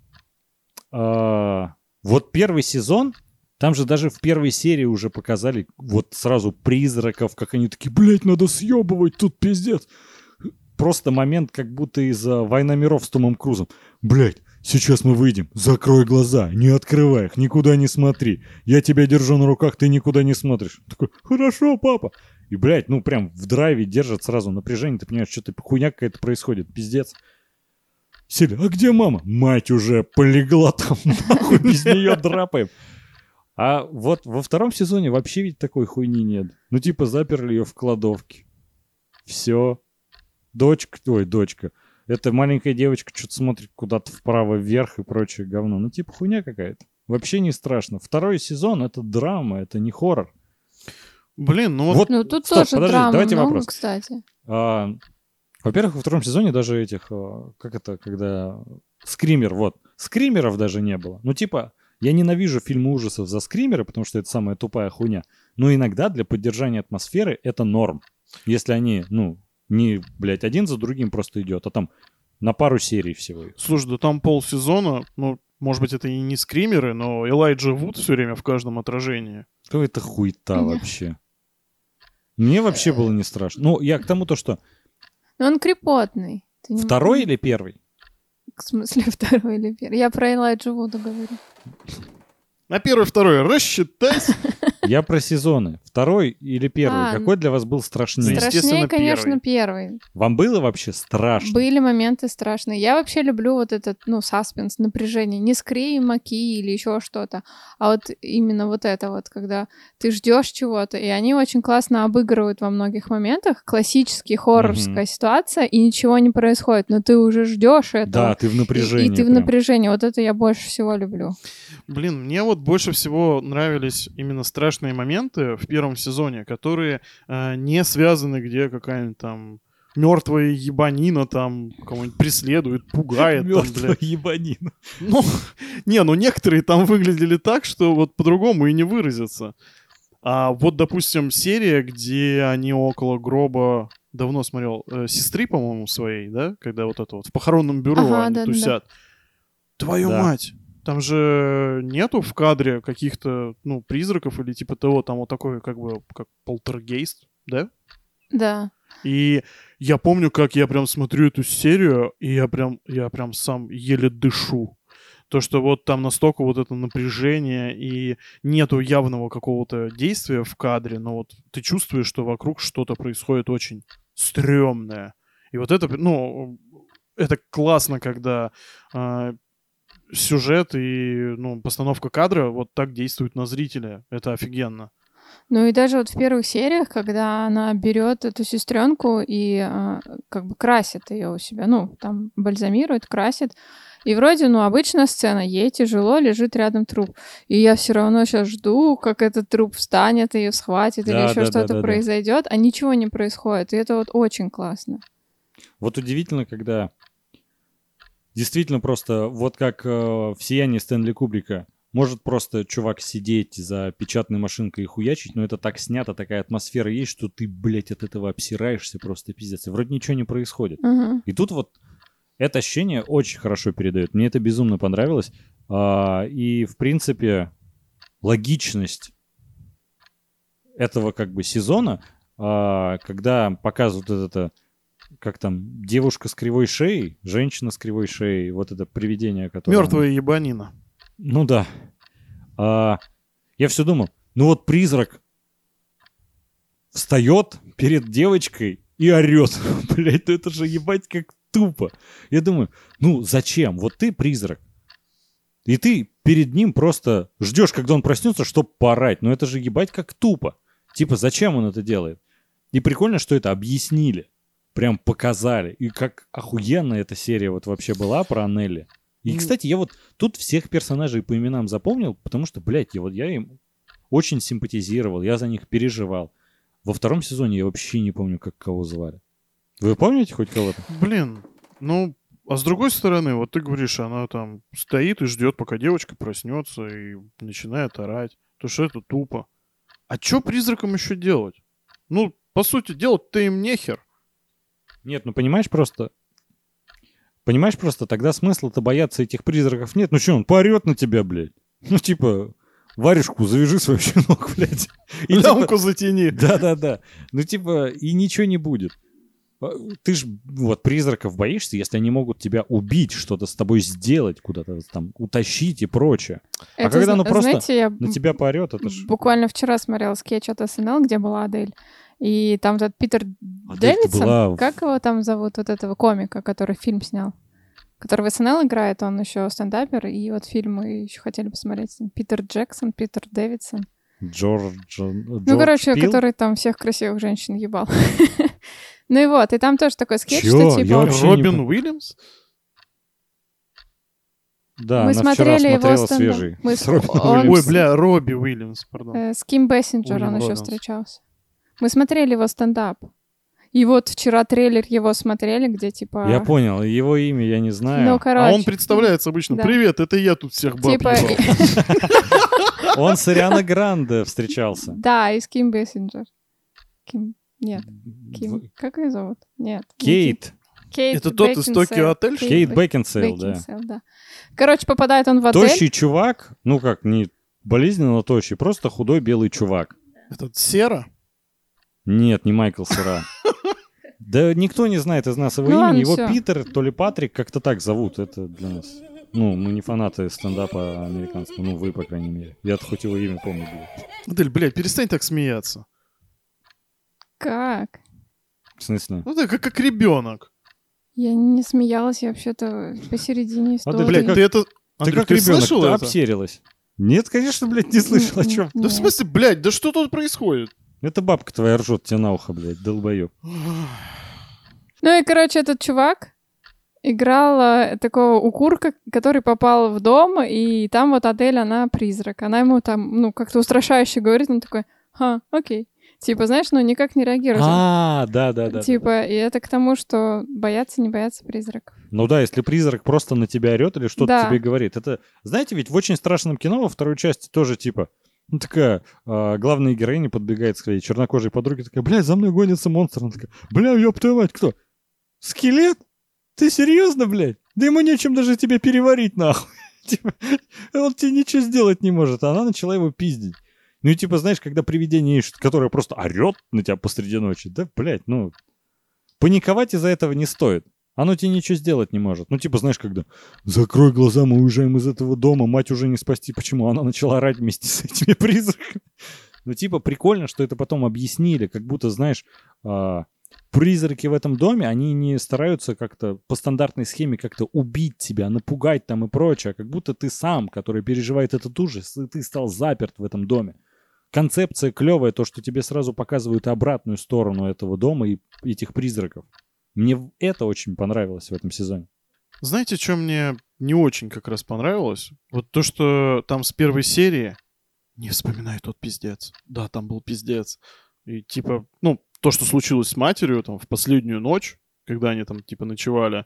вот первый сезон, там же даже в первой серии уже показали вот сразу призраков, как они такие, блядь, надо съебывать, тут пиздец. Просто момент, как будто из «Война миров» с Томом Крузом. Блядь, сейчас мы выйдем, закрой глаза, не открывай их, никуда не смотри. Я тебя держу на руках, ты никуда не смотришь. Такой, хорошо, папа. И, блядь, ну прям в драйве держат сразу напряжение, ты понимаешь, что-то хуйня какая-то происходит, пиздец. Селя, а где мама? Мать уже полегла там, нахуй, без нее драпаем. А вот во втором сезоне вообще ведь такой хуйни нет. Ну, типа, заперли ее в кладовке. Все. Дочка. Эта маленькая девочка что-то смотрит куда-то вправо, вверх и прочее говно. Ну, типа, хуйня какая-то. Вообще не страшно. Второй сезон — это драма, это не хоррор. Блин, ну вот Вот, Ну, тут стоп, тоже подождите, драма давайте много, вопрос. кстати. Во-первых, во втором сезоне даже этих, как это, когда скример, вот, скримеров даже не было. Ну, типа, я ненавижу фильмы ужасов за скримеры, потому что это самая тупая хуйня. Но иногда для поддержания атмосферы это норм. Если они, ну, не, блядь, один за другим просто идет, а там на пару серий всего. слушай, да там полсезона, ну, может быть, это и не скримеры, но Элайджа Вуд все время в каждом отражении. Что это хуйта вообще? Мне вообще было не страшно. Ну, я к тому то, что Но он крепотный. Ты не второй можешь- или первый? В смысле второй или первый? Я про Элайджу Вуда говорю. На первый, второй рассчитайся. Я про сезоны. Второй или первый? А, Какой для вас был страшнее? Естественно, Страшнее, конечно, первый. Вам было вообще страшно? Были моменты страшные. Я вообще люблю вот этот, ну, саспенс, напряжение. Не скримаки или еще что-то, а вот именно вот это вот, когда ты ждешь чего-то, и они очень классно обыгрывают во многих моментах. Классический хоррорская ситуация, и ничего не происходит, но ты уже ждешь этого. Да, ты в напряжении. И ты в прям. напряжении. Вот это я больше всего люблю. Блин, мне вот больше всего нравились именно страшные моменты в первом сезоне, которые не связаны, где какая-нибудь там мертвая ебанина там кого-нибудь преследует, пугает. Там, Мёртвая блядь. ебанина. Ну, не, ну некоторые там выглядели так, что вот по-другому и не выразиться. А вот, допустим, серия, где они около гроба, давно смотрел, сестры, по-моему, своей, да? Когда вот это вот в похоронном бюро Ага, они да-да-да. тусят. Твою Да. мать! Там же нету в кадре каких-то, ну, призраков или типа того, там вот такой, как бы, как полтергейст, да? Да. И я помню, как я прям смотрю эту серию, и я прям сам еле дышу. То, что вот там настолько вот это напряжение, и нету явного какого-то действия в кадре, но вот ты чувствуешь, что вокруг что-то происходит очень стрёмное. И вот это, ну, это классно, когда сюжет и, ну, постановка кадра вот так действует на зрителя. Это офигенно. Ну и даже вот в первых сериях, когда она берет эту сестренку и как бы красит ее у себя, ну, там бальзамирует, красит. И вроде, ну, обычная сцена, ей тяжело, лежит рядом труп. И я все равно сейчас жду, как этот труп встанет, ее схватит или еще что-то произойдет, а ничего не происходит. И это вот очень классно. Вот удивительно, когда действительно просто, вот как в «Сиянии» Стэнли Кубрика, может просто чувак сидеть за печатной машинкой и хуячить, но это так снято, такая атмосфера есть, что ты, блядь, от этого обсираешься просто пиздец. И вроде ничего не происходит. Угу. И тут вот это ощущение очень хорошо передает. Мне это безумно понравилось. И, в принципе, логичность этого как бы сезона, когда показывают это, как там, девушка с кривой шеей, женщина с кривой шеей, вот это привидение, которое... Мертвая ебанина. Ну да. Я все думал, ну вот призрак встает перед девочкой и орет. Блять, ну это же ебать как тупо. Я думаю, ну зачем? Вот ты призрак. И ты перед ним просто ждешь, когда он проснется, чтобы поорать. Но это же ебать как тупо. Типа, зачем он это делает? И прикольно, что это объяснили. прям показали. И как охуенно эта серия вот вообще была про Нелли. И, кстати, я вот тут всех персонажей по именам запомнил, потому что, блядь, я им очень симпатизировал, я за них переживал. Во втором сезоне я вообще не помню, как кого звали. Вы помните хоть кого-то? Блин, ну, а с другой стороны, вот ты говоришь, она там стоит и ждет, пока девочка проснется и начинает орать. То что это тупо. А что призракам еще делать? Ну, по сути, делать-то им нехер. Нет, ну понимаешь просто, тогда смысла-то бояться этих призраков нет. Ну что, он поорет на тебя, блядь? Ну типа, варежку завяжи свой щенок, блядь. И, Лямку затяни. Да-да-да. Ну типа, и ничего не будет. Ты ж вот призраков боишься, если они могут тебя убить, что-то с тобой сделать, куда-то там утащить и прочее. А Это, когда оно просто знаете, я на тебя поорет, это ж... буквально вчера смотрела скетч от СНЛ, где была Адель. И там этот Питер Адель-то Дэвидсон, была как его там зовут, вот этого комика, который фильм снял? Который в СНЛ играет, он еще стендапер, и вот фильм мы еще хотели посмотреть. Питер Джексон, Питер Дэвидсон. Ну, короче, Пил? который там всех красивых женщин ебал. Ну и вот, и там тоже такой скетч, Чё? что Я типа... вообще не Робин помню. Уильямс? Да, Мы она вчера смотрели его смотрела стендап. свежий. Мы С Робином он- Ой, Уильямсом. бля, Робби Уильямс, пардон. С Ким Бессинджер Уильям он еще Робинс. встречался. Мы смотрели его стендап. И вот вчера трейлер его смотрели, где типа... Я понял, его имя я не знаю. Ну, короче. А он представляется обычно: Да. привет, это я тут всех баб Типа... ебал. Он с Арианой Гранде встречался. Да, и с Ким Бессинджер. Ким... Нет, Ким... Как ее зовут? Нет. не Кейт. Ким. Кейт Это тот из Бекинсейл. Токио Отель, что ли? Кейт Бекинсейл, да. Бекинсейл, да. Короче, попадает он в отель. Тощий чувак, ну как, не болезненно тощий, просто худой белый чувак. Этот Сера? Нет, не Майкл Сера. Да никто не знает из нас его Ну имени. ладно, Его всё. Питер, то ли Патрик, как-то так зовут. Это для нас. Ну, мы не фанаты стендапа американского. Ну, вы, по крайней мере. Я-то хоть его имя помню. Блядь. Адель, блядь, перестань так смеяться. Как? В смысле? Ну ты как ребенок. Я не смеялась, я вообще-то посередине истории. Блядь, как- ты это... Ты Андрей, как ты ребенок, слышал ты это? обсерилась. Нет, конечно, блядь, не слышал, о чем. Да в смысле, блядь, да что тут происходит? Это бабка твоя ржет тебе на ухо, блядь, долбоёб. Ну и, короче, этот чувак играл такого укурка, который попал в дом, и там вот Адель, она призрак. Она ему там, ну, как-то устрашающе говорит, он такой, окей. Типа, знаешь, ну, никак не реагирует. Да. Типа, и это к тому, что бояться, не бояться призраков. Ну да, если призрак просто на тебя орет или что-то Да. тебе говорит. Это, знаете, ведь в «Очень страшном кино» во второй части тоже типа, ну такая, главная героиня подбегает к своей чернокожей подруге, такая, блядь, за мной гонится монстр. Она такая, бля, ёб твою мать, кто? Скелет? Ты серьезно, блядь? Да ему нечем даже тебе переварить, нахуй. Типа, он тебе ничего сделать не может. А она начала его пиздить. Ну и типа, знаешь, когда привидение ищет, которое просто орет на тебя посреди ночи, да, блядь, ну, паниковать из-за этого не стоит. Оно тебе ничего сделать не может. Ну, типа, знаешь, когда закрой глаза, мы уезжаем из этого дома, мать уже не спасти. Почему? Она начала орать вместе с этими призраками. Ну, типа, прикольно, что это потом объяснили, как будто, знаешь, призраки в этом доме, они не стараются как-то по стандартной схеме как-то убить тебя, напугать там и прочее, а как будто ты сам, который переживает этот ужас, и ты стал заперт в этом доме. Концепция клевая, то, что тебе сразу показывают обратную сторону этого дома и этих призраков. Мне это очень понравилось в этом сезоне. Знаете, что мне не очень как раз понравилось? Вот то, что там с первой серии не вспоминай тот пиздец. Да, там был пиздец. И типа, ну, то, что случилось с матерью там в последнюю ночь, когда они там типа ночевали.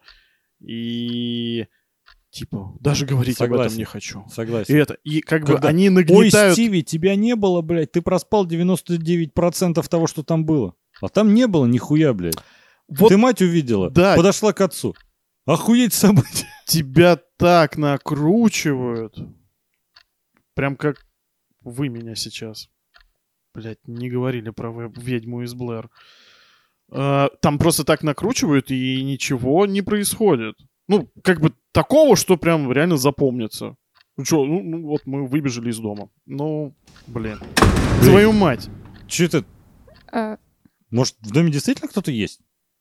И типа, даже говорить об этом Согласен. не хочу. Согласен. И это, и как бы Когда, они Ой, нагнетают... Стиви, тебя не было, блядь, ты проспал 99% того, что там было. А там не было нихуя, блядь. Вот Ты мать увидела, да. подошла к отцу. Охуеть события. тебя так накручивают. Прям как вы меня сейчас. Блять, не говорили про ведьму из Блэр. Там просто так накручивают, и ничего не происходит. Ну, как бы такого, что прям реально запомнится. Ну что, ну вот мы выбежали из дома. Ну, блин. Твою мать. Че это? А, Может, в доме действительно кто-то есть?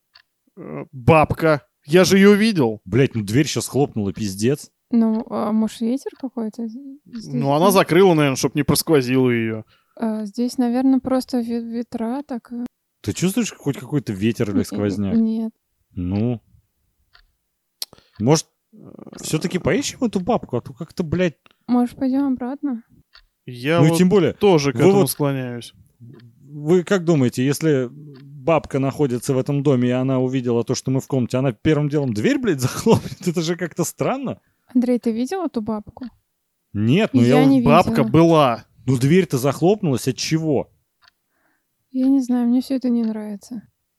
Бабка. Я же ее видел. Блять, ну дверь сейчас хлопнула, пиздец. ну, может, ветер какой-то? Здесь, Ну, она закрыла, наверное, чтобы не просквозила ее. Здесь, наверное, просто ветра так... Ты чувствуешь хоть какой-то ветер или сквозняк? Нет. Ну. Может, все-таки поищем эту бабку? А то как-то, блядь... Может, пойдем обратно? Я Ну и вот тем более, тоже к вы этому вот- склоняюсь. вы как думаете, если бабка находится в этом доме, и она увидела то, что мы в комнате, она первым делом дверь, блядь, захлопнет? Это же как-то странно. Андрей, ты видел эту бабку? Нет, ну Я я... не Бабка видела. была. Ну дверь-то захлопнулась, от чего? Я не знаю, мне все это не нравится.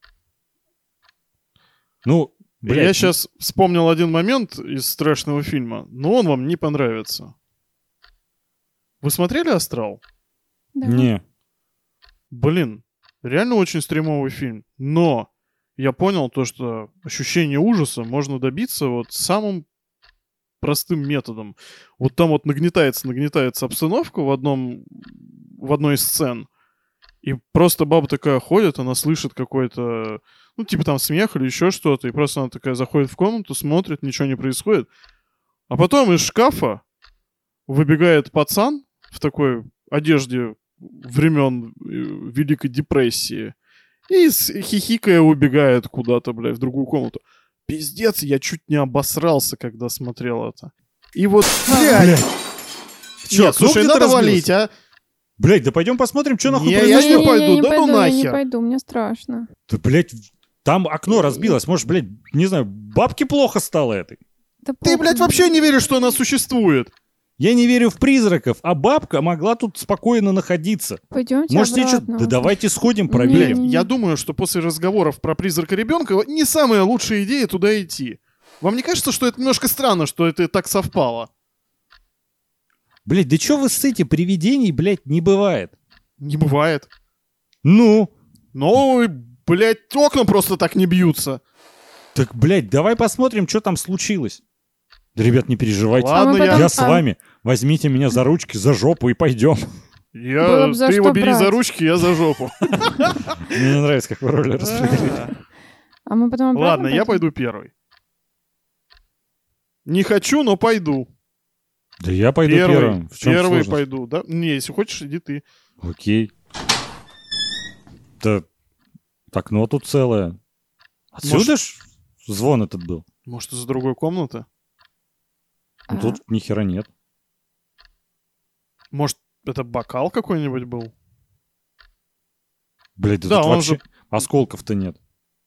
Ну, блядь, Я сейчас вспомнил один момент из страшного фильма, но он вам не понравится. Вы смотрели «Астрал»? Да. Не. Блин, реально очень стримовый фильм. Но я понял то, что ощущение ужаса можно добиться вот самым простым методом. Вот там вот нагнетается обстановка в одной из сцен. И просто баба такая ходит, она слышит какой-то, ну, типа там смех или еще что-то. И просто она такая заходит в комнату, смотрит, ничего не происходит. А потом из шкафа выбегает пацан в такой одежде времен Великой депрессии и хихикая убегает куда-то, блядь, в другую комнату. Пиздец, я чуть не обосрался, когда смотрел это. И вот, блядь. Чё, Нет, слушай, окно где-то надо разбился? валить, а? Блядь, да пойдем посмотрим, что нахуй Не, я произошло. не пойду, да ну я не нахер. пойду, мне страшно. Да, блядь, там окно разбилось. Может, блядь, не знаю, бабке плохо стало этой. Да Ты, похуй. блядь, вообще не веришь, что она существует. Я не верю в призраков, а бабка могла тут спокойно находиться. Пойдемте Может, тебе что... обратно. Да давайте сходим, Не, проверим. не. Я думаю, что после разговоров про призрака ребенка не самая лучшая идея туда идти. Вам не кажется, что это немножко странно, что это так совпало? Блядь, да чё вы ссыте? Привидений, блядь, не бывает. Не бывает. Ну, Ну, блядь, окна просто так не бьются. так, блядь, давай посмотрим, что там случилось. Да, ребят, не переживайте. Ладно, А мы потом- Я с вами. Возьмите меня за ручки, за жопу и пойдем. Было бы за Ты его что бери брать. за ручки, я за жопу. Мне не нравится, как вы роли распределили. А мы потом обратно Ладно, я пойдем? пойду первый. Не хочу, но пойду. Да я пойду первым. В чем Первый сложность? пойду, да? Не, если хочешь, иди ты. Окей. Да окно тут целое. Отсюда ж звон этот был? Может, из другой комнаты? Ну, А, тут ни хера нет. Может, это бокал какой-нибудь был? Блядь, да Да, тут он вообще осколков-то нет.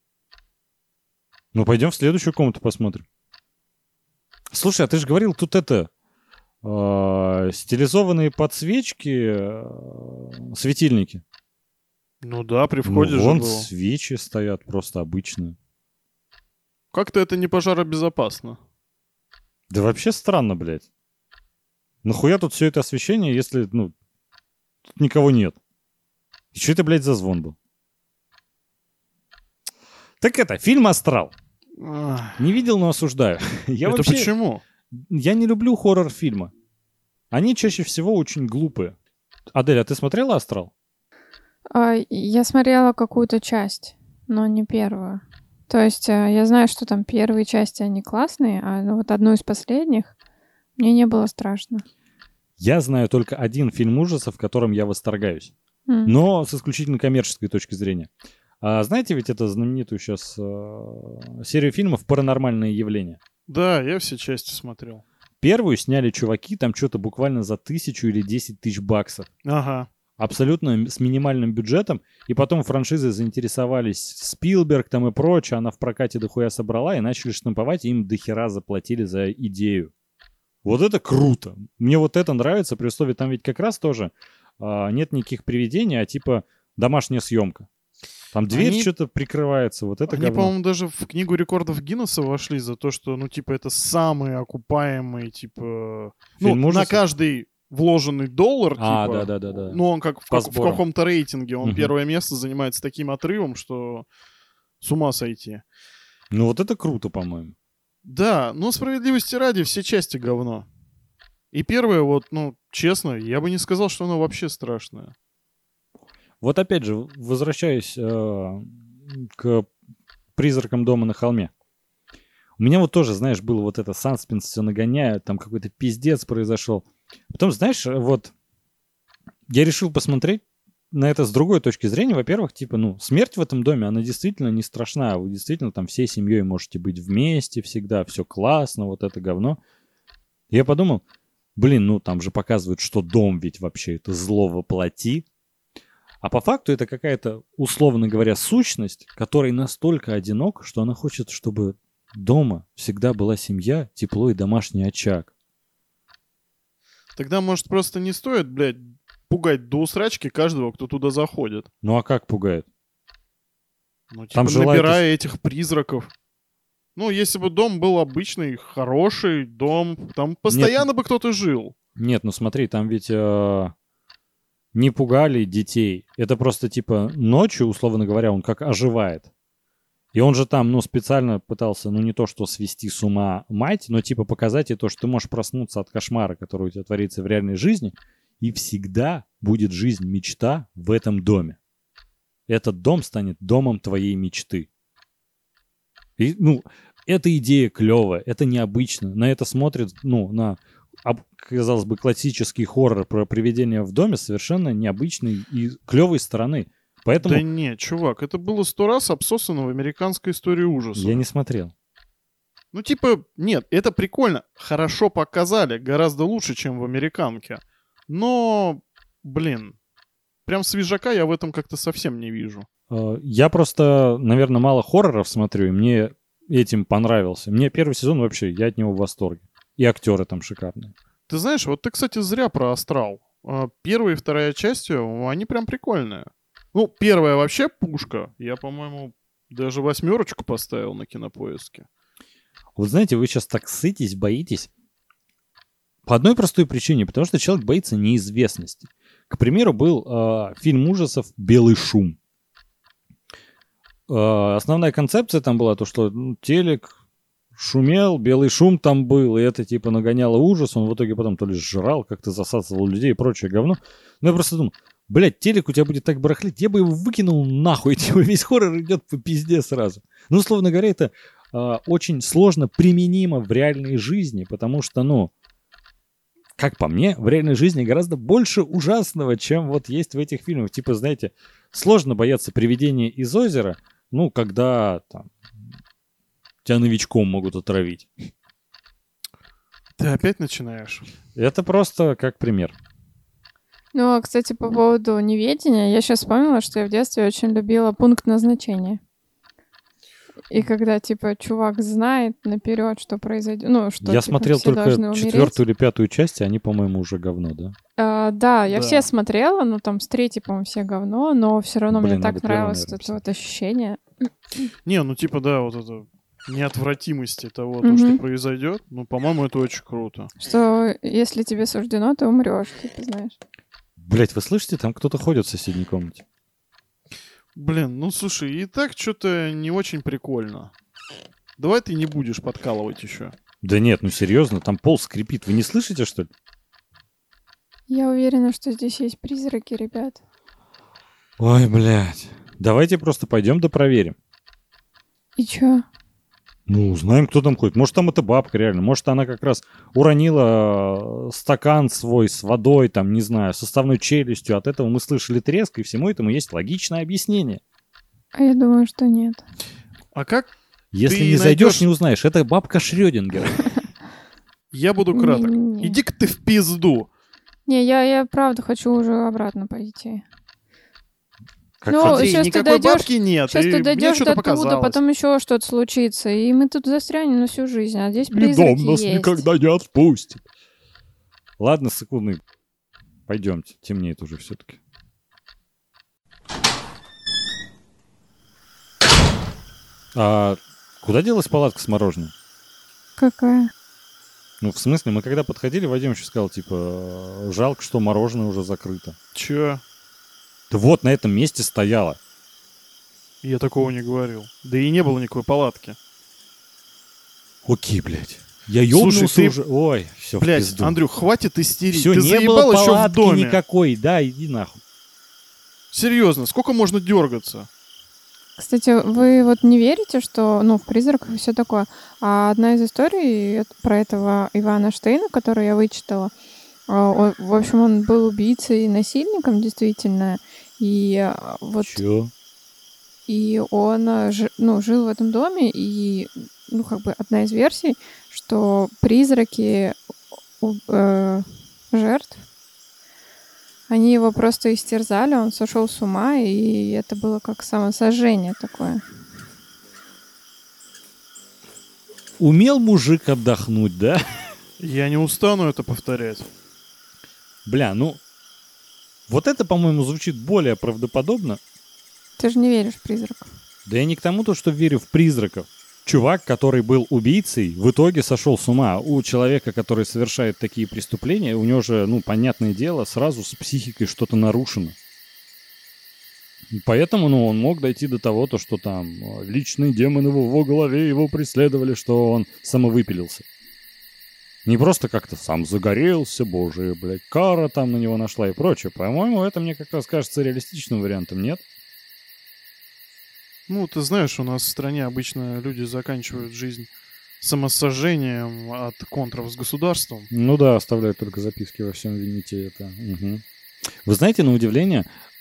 Ну, пойдем в следующую комнату посмотрим. Слушай, а ты же говорил, тут это... стилизованные подсвечки, светильники. Ну да, при Ну, входе же вон было. свечи стоят просто обычные. Как-то это не пожаробезопасно. Да вообще странно, блядь. Нахуя тут все это освещение, если, ну, тут никого нет? И что это, блядь, за звон был? Так это, фильм «Астрал». Ах, Не видел, но осуждаю. Я это вообще... почему? Я не люблю хоррор-фильмы. Они чаще всего очень глупые. Адель, а ты смотрела «Астрал»? Я смотрела какую-то часть, но не первую. То есть я знаю, что там первые части, они классные, а ну, вот одну из последних мне не было страшно. Я знаю только один фильм ужасов, в котором я восторгаюсь. М. Но с исключительно коммерческой точки зрения. А знаете ведь это знаменитую сейчас серию фильмов «Паранормальные явления»? Да, я все части смотрел. Первую сняли чуваки, там что-то буквально за 1000 или 10 тысяч баксов. Ага. Абсолютно с минимальным бюджетом. И потом франшизой заинтересовались Спилберг там и прочее. Она в прокате дохуя собрала и начали штамповать. И им дохера заплатили за идею. Вот это круто. Мне вот это нравится. При условии там ведь как раз тоже нет никаких привидений, а типа домашняя съемка. Там дверь Они- что-то прикрывается. Вот это Они, говно. по-моему, даже в книгу рекордов Гиннесса вошли за то, что, ну, типа, это самый окупаемый, типа... Фильм ну, на ужасов? каждый вложенный доллар, А, типа... да-да-да-да. Ну, он как в, По в сборам. каком-то рейтинге. Он Мгм. первое место занимает с таким отрывом, что с ума сойти. Ну вот это круто, по-моему. Да, но справедливости ради, все части говно. И первое, вот, ну, честно, я бы не сказал, что оно вообще страшное. Вот опять же, возвращаясь к «Призракам дома на холме». У меня вот тоже, знаешь, было вот это саспенс, все нагоняют, там какой-то пиздец произошел. Потом, знаешь, вот я решил посмотреть на это с другой точки зрения. Во-первых, типа, ну, смерть в этом доме, она действительно не страшна. Вы действительно там всей семьей можете быть вместе всегда, все классно, вот это говно. Я подумал, блин, ну там же показывают, что дом ведь вообще это зло воплоти. А по факту это какая-то, условно говоря, сущность, которая настолько одинок, что она хочет, чтобы дома всегда была семья, тепло и домашний очаг. Тогда, может, просто не стоит, блядь, пугать до усрачки каждого, кто туда заходит. Ну а как пугает? Ну, типа, Там желают набирая этих призраков. Ну, если бы дом был обычный, хороший дом, там постоянно бы кто-то жил. Нет, ну смотри, там ведь не пугали детей. Это просто типа ночью, условно говоря, он как оживает. И он же там, ну, специально пытался, ну, не то что свести с ума мать, но типа показать ей то, что ты можешь проснуться от кошмара, который у тебя творится в реальной жизни, и всегда будет жизнь-мечта в этом доме. Этот дом станет домом твоей мечты. И, ну, эта идея клевая, это необычно. На это смотрит, ну, на, казалось бы, классический хоррор про привидения в доме совершенно необычной и клевой стороны. Поэтому... Да не, чувак, это было 100 раз обсосано в американской истории ужасов. Я не смотрел. Ну, типа, нет, это прикольно. Хорошо показали, гораздо лучше, чем в американке. Но, блин, прям свежака я в этом как-то совсем не вижу. Я просто, наверное, мало хорроров смотрю, и мне этим понравился. Мне первый сезон вообще, я от него в восторге. И актеры там шикарные. Ты знаешь, вот ты, кстати, зря про «Астрал». Первая и вторая части, они прям прикольные. Ну, первая вообще пушка. Я, по-моему, даже 8 поставил на Кинопоиске. Вот знаете, вы сейчас так сытесь, боитесь. По одной простой причине, потому что человек боится неизвестности. К примеру, был фильм ужасов «Белый шум». Основная концепция там была то, что телек шумел, белый шум там был, и это типа нагоняло ужас. Он в итоге потом то ли сжрал, как-то засасывал людей и прочее говно. Но я просто думал, блядь, телек у тебя будет так барахлить, я бы его выкинул нахуй, типа весь хоррор идет по пизде сразу. Ну, условно говоря, это очень сложно применимо в реальной жизни, потому что, ну, как по мне, в реальной жизни гораздо больше ужасного, чем вот есть в этих фильмах. Типа, знаете, сложно бояться привидения из озера, ну, когда там тебя новичком могут отравить. Ты опять начинаешь? Это просто как пример. Ну, а, кстати, по поводу неведения, я сейчас вспомнила, что я в детстве очень любила «Пункт назначения». И когда, типа, чувак знает наперед, что произойдет, ну, что, Я типа, смотрел все должны только умереть. 4-ю или 5-ю часть, и они, по-моему, уже говно, да? Да, я Да. все смотрела, но там с 3-й, по-моему, все говно, но все равно Блин, мне так надо первую, нравилось наверное, это вот ощущение. Не, ну типа, да, вот это неотвратимости того, Мгм. что произойдет. Ну, по-моему, это очень круто. Что если тебе суждено, ты умрешь, типа, знаешь. Блять, вы слышите, там кто-то ходит в соседней комнате. Блин, ну слушай, и так что-то не очень прикольно. Давай ты не будешь подкалывать еще. Да нет, ну серьезно, там пол скрипит. Вы не слышите, что ли? Я уверена, что здесь есть призраки, ребят. Ой, блядь. Давайте просто пойдем да проверим. И чё? Ну, узнаем, кто там ходит. Может, там эта бабка реально. Может, она как раз уронила стакан свой с водой, там, не знаю, составной челюстью. От этого мы слышали треск, и всему этому есть логичное объяснение. А я думаю, что нет. А как? Если Ты не зайдешь, найдёшь- не узнаешь. Это бабка Шрёдингера. Я буду краток. Не-не-не. Иди-ка ты в пизду. Не, я правда хочу уже обратно пойти. Как Ну, Смотри, щас ты никакой дойдёшь- бабки нет. Сейчас и ты мне дойдешь что-то до туда, показалось. потом еще что-то случится, и мы тут застрянем на всю жизнь, а здесь призраки есть. не отпустит. Ладно, секунды. Пойдемте, темнеет уже все-таки. А куда делась палатка с мороженым? Какая? Ну, в смысле, мы когда подходили, Вадим еще сказал, типа, жалко, что мороженое уже закрыто. Чё? Да вот, на этом месте стояло. Я такого не говорил. Да и не было никакой палатки. Окей, блядь. Я ёбнулся Слушай, ты- уже. Ой, все в Блять, пизду. Андрюх, хватит истерить. Все, Ты не заебал было еще в палатки доме. никакой. Да, иди нахуй. Серьезно, сколько можно дергаться? Кстати, вы вот не верите, что, ну, в призраках и все такое. А одна из историй про этого Ивана Штейна, которую я вычитала, в общем, он был убийцей и насильником, действительно. И вот Чё? и он жил в этом доме, и как бы одна из версий, что призраки жертв, они его просто истерзали, он сошел с ума, и это было как самосожжение такое. Умел мужик отдохнуть, да? Я не устану это повторять. Бля, вот это, по-моему, звучит более правдоподобно. Ты же не веришь в призраков. Да я не к тому, что верю в призраков. Чувак, который был убийцей, в итоге сошел с ума. У человека, который совершает такие преступления, у него же, понятное дело, сразу с психикой что-то нарушено. И поэтому, он мог дойти до того, что там личные демоны в его голове его преследовали, что он самовыпилился. Не просто как-то сам загорелся, боже, блядь, кара там на него нашла и прочее. По-моему, это мне как раз кажется реалистичным вариантом, нет? Ты знаешь, у нас в стране обычно люди заканчивают жизнь самосожжением от контров с государством. Ну да, оставляют только записки во всем вините это. Угу. Вы знаете, на удивление,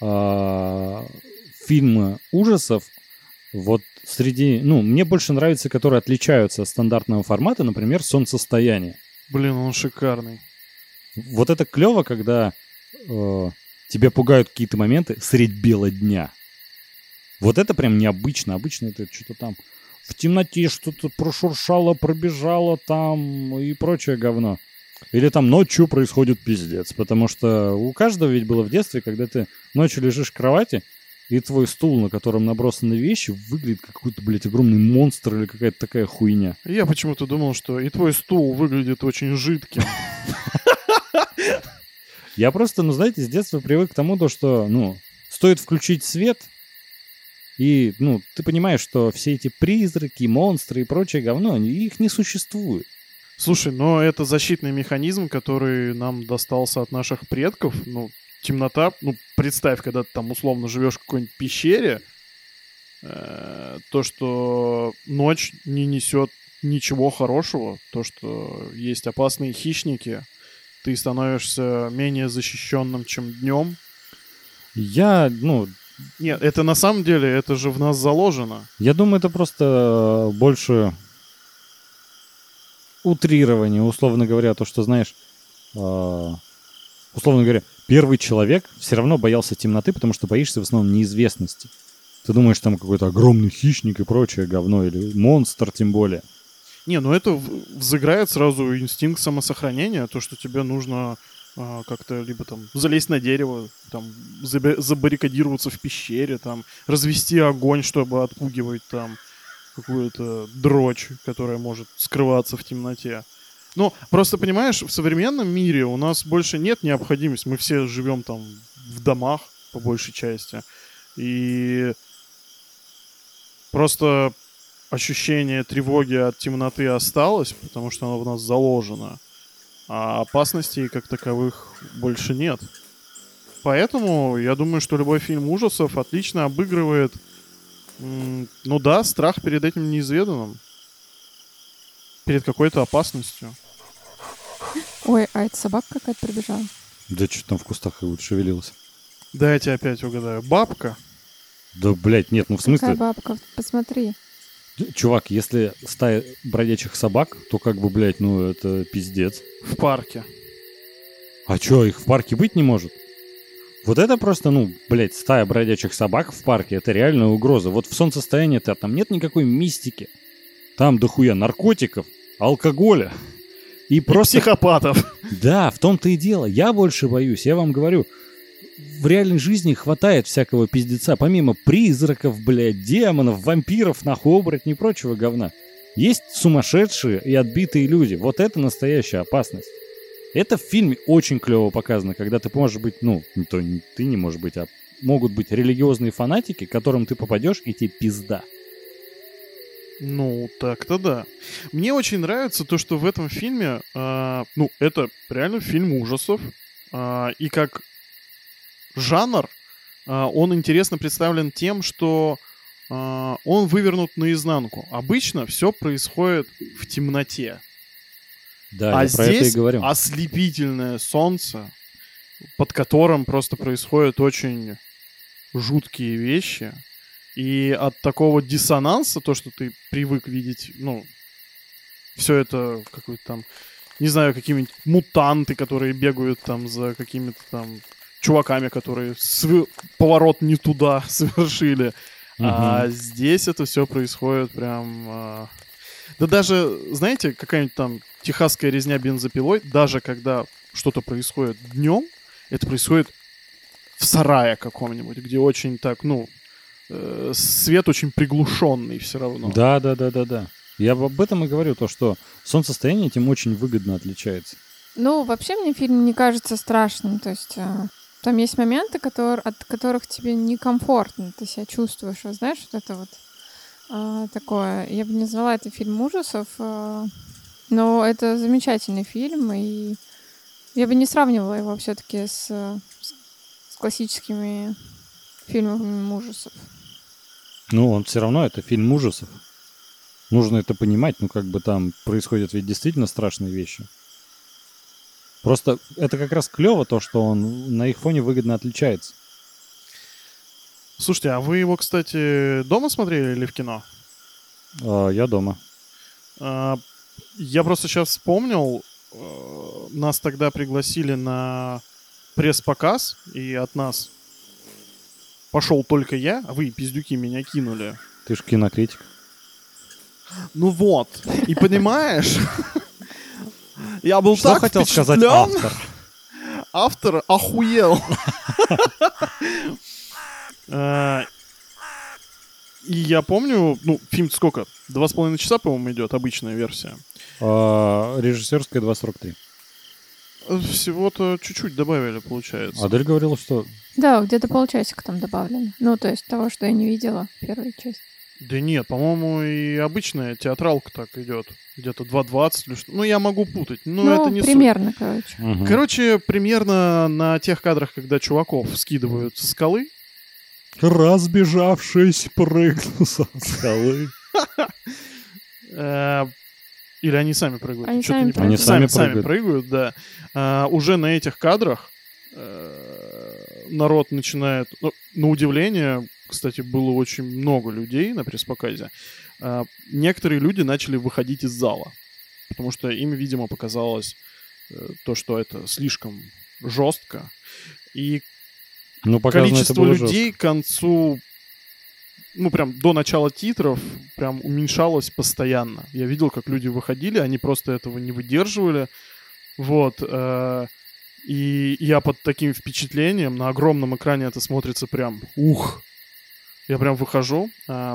фильмы ужасов, вот среди... мне больше нравятся, которые отличаются от стандартного формата, например, «Солнцестояние». Блин, он шикарный. Вот это клево, когда тебя пугают какие-то моменты средь бела дня. Вот это прям необычно. Обычно это что-то там в темноте что-то прошуршало, пробежало там и прочее говно. Или там ночью происходит пиздец. Потому что у каждого ведь было в детстве, когда ты ночью лежишь в кровати, и твой стул, на котором набросаны вещи, выглядит как какой-то, блядь, огромный монстр или какая-то такая хуйня. Я почему-то думал, что и твой стул выглядит очень жидким. Я просто, знаете, с детства привык к тому, что, стоит включить свет, и, ты понимаешь, что все эти призраки, монстры и прочее говно, их не существует. Слушай, но это защитный механизм, который нам достался от наших предков. Темнота, представь, когда ты там условно живешь в какой-нибудь пещере, то, что ночь не несет ничего хорошего, то, что есть опасные хищники, ты становишься менее защищенным, чем днем. Нет, это на самом деле, это же в нас заложено. Я думаю, это просто больше утрирование, условно говоря, то, что, знаешь, условно говоря, первый человек все равно боялся темноты, потому что боишься в основном неизвестности. Ты думаешь, там какой-то огромный хищник и прочее говно, или монстр тем более. Это взыграет сразу инстинкт самосохранения, то, что тебе нужно как-то либо там залезть на дерево, там забаррикадироваться в пещере, там развести огонь, чтобы отпугивать там какую-то дрочь, которая может скрываться в темноте. Просто понимаешь, в современном мире у нас больше нет необходимости. Мы все живем там в домах, по большей части. И просто ощущение тревоги от темноты осталось, потому что оно в нас заложено. А опасностей как таковых больше нет. Поэтому я думаю, что любой фильм ужасов отлично обыгрывает, страх перед этим неизведанным. Перед какой-то опасностью. Ой, а это собака какая-то пробежала? Да что там в кустах и вот шевелилась. Дайте опять угадаю. Бабка? Да, блядь, нет, в смысле... Какая бабка? Посмотри. Чувак, если стая бродячих собак, то как бы, блядь, это пиздец. В парке. А чё, их в парке быть не может? Вот это просто, стая бродячих собак в парке, это реальная угроза. Вот в солнцестоянии-то там нет никакой мистики. Там дохуя наркотиков, алкоголя и просто... психопатов. Да, в том-то и дело. Я больше боюсь, я вам говорю. В реальной жизни хватает всякого пиздеца. Помимо призраков, блядь, демонов, вампиров, оборотней и прочего говна. Есть сумасшедшие и отбитые люди. Вот это настоящая опасность. Это в фильме очень клево показано, когда ты можешь быть, ты не можешь быть, а могут быть религиозные фанатики, к которым ты попадешь, и тебе пизда. Так-то да. Мне очень нравится то, что в этом фильме, это реально фильм ужасов, и как жанр, он интересно представлен тем, что он вывернут наизнанку. Обычно все происходит в темноте. Да, я про это и говорю. Ослепительное солнце, под которым просто происходят очень жуткие вещи. И от такого диссонанса, то, что ты привык видеть, ну, все это какой-то там, не знаю, какие-нибудь мутанты, которые бегают там за какими-то там чуваками, которые поворот не туда совершили. А здесь это все происходит прям... Да даже, знаете, какая-нибудь там техасская резня бензопилой, даже когда что-то происходит днем, это происходит в сарае каком-нибудь, где очень так, ну, свет очень приглушенный все равно. Да. Я об этом и говорю, то, что солнцестояние этим очень выгодно отличается. Ну, вообще мне фильм не кажется страшным. То есть там есть моменты, от которых тебе некомфортно, ты себя чувствуешь. Вот знаешь, вот это вот такое... Я бы не назвала это фильм ужасов, но это замечательный фильм, и я бы не сравнивала его все-таки с классическими фильмами ужасов. Ну, он все равно, это фильм ужасов. Нужно это понимать, ну, как бы там происходят ведь действительно страшные вещи. Просто это как раз клево, то, что он на их фоне выгодно отличается. Слушайте, а вы его, кстати, дома смотрели или в кино? Я дома. Я просто сейчас вспомнил, нас тогда пригласили на пресс-показ, и от нас пошел только я, а вы, пиздюки, меня кинули. Ты ж кинокритик. Ну вот, и понимаешь, я был Что так хотел сказать впечатлен. автор? Автор охуел. И я помню, ну, фильм сколько? 2,5 часа, по-моему, идет, обычная версия. Режиссерская 2.43. Всего-то чуть-чуть добавили, получается. Адель говорила, что... Да, где-то полчасика там добавлено. Ну, то есть того, что я не видела, первую часть. Да нет, по-моему, и обычная театралка так идет. Где-то 2.20 или что. Ну, я могу путать, но Ну, это не примерно, короче. Угу. Короче, примерно на тех кадрах, когда чуваков скидывают со скалы. Разбежавшись, прыгнул со скалы. Или они сами прыгают. Они Что-то сами не помню. Они сами Сами прыгают. прыгают, да. Уже на этих кадрах народ начинает... Ну, на удивление, кстати, было очень много людей на пресс-показе. Некоторые люди начали выходить из зала. Потому что им, видимо, показалось то, что это слишком жестко. И Ну, показано это количество было людей к концу, ну, прям до начала титров, прям уменьшалось постоянно. Я видел, как люди выходили, они просто этого не выдерживали. Вот. И я под таким впечатлением на огромном экране это смотрится прям ух. Я прям выхожу,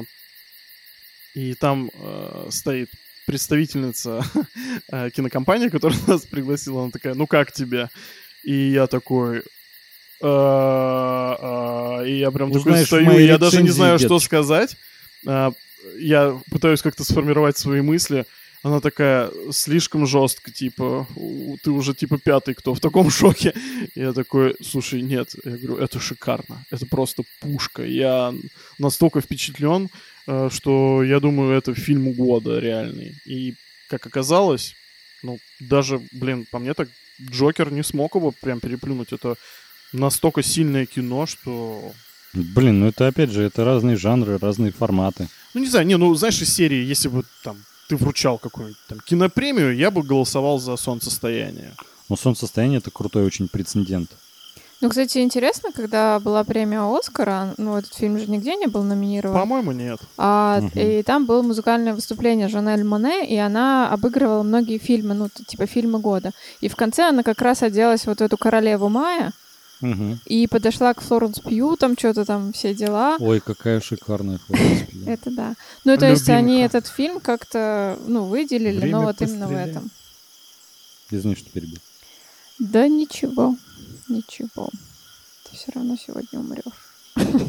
и там стоит представительница кинокомпании, которая нас пригласила. Она такая: ну как тебе? И я такой... И я прям такой Узнаешь в стою, моей и я даже не рецензии, знаю, что деточка. сказать. Я пытаюсь как-то сформировать свои мысли. Она такая слишком жестко, типа, ты уже типа пятый, кто в таком шоке. Я такой: слушай, нет, я говорю, это шикарно, это просто пушка. Я настолько впечатлен, что я думаю, это фильм года реальный. И как оказалось, ну, даже, блин, по мне так Джокер не смог его прям переплюнуть. Это настолько сильное кино, что... Блин, ну это опять же, это разные жанры, разные форматы. Ну, не знаю, ну, знаешь, из серии, если бы там ты вручал какую-нибудь там кинопремию, я бы голосовал за «Солнцестояние». Но «Солнцестояние» — это крутой очень прецедент. Ну, кстати, интересно, когда была премия «Оскара», ну, этот фильм же нигде не был номинирован. По-моему, нет. И там было музыкальное выступление Жанель Моне, и она обыгрывала многие фильмы, ну, типа фильмы года. И в конце она как раз оделась вот в эту королеву Мая, и подошла к Флоренс Пью, там что-то там, все дела. Ой, какая шикарная Флоренс Пью. Это да. Ну, то есть Любимка. они этот фильм как-то, ну, выделили, Время но вот именно в постреляй. этом. Извини, что перебил. Да ничего, ничего. Ты все равно сегодня умрешь.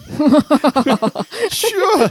Чё?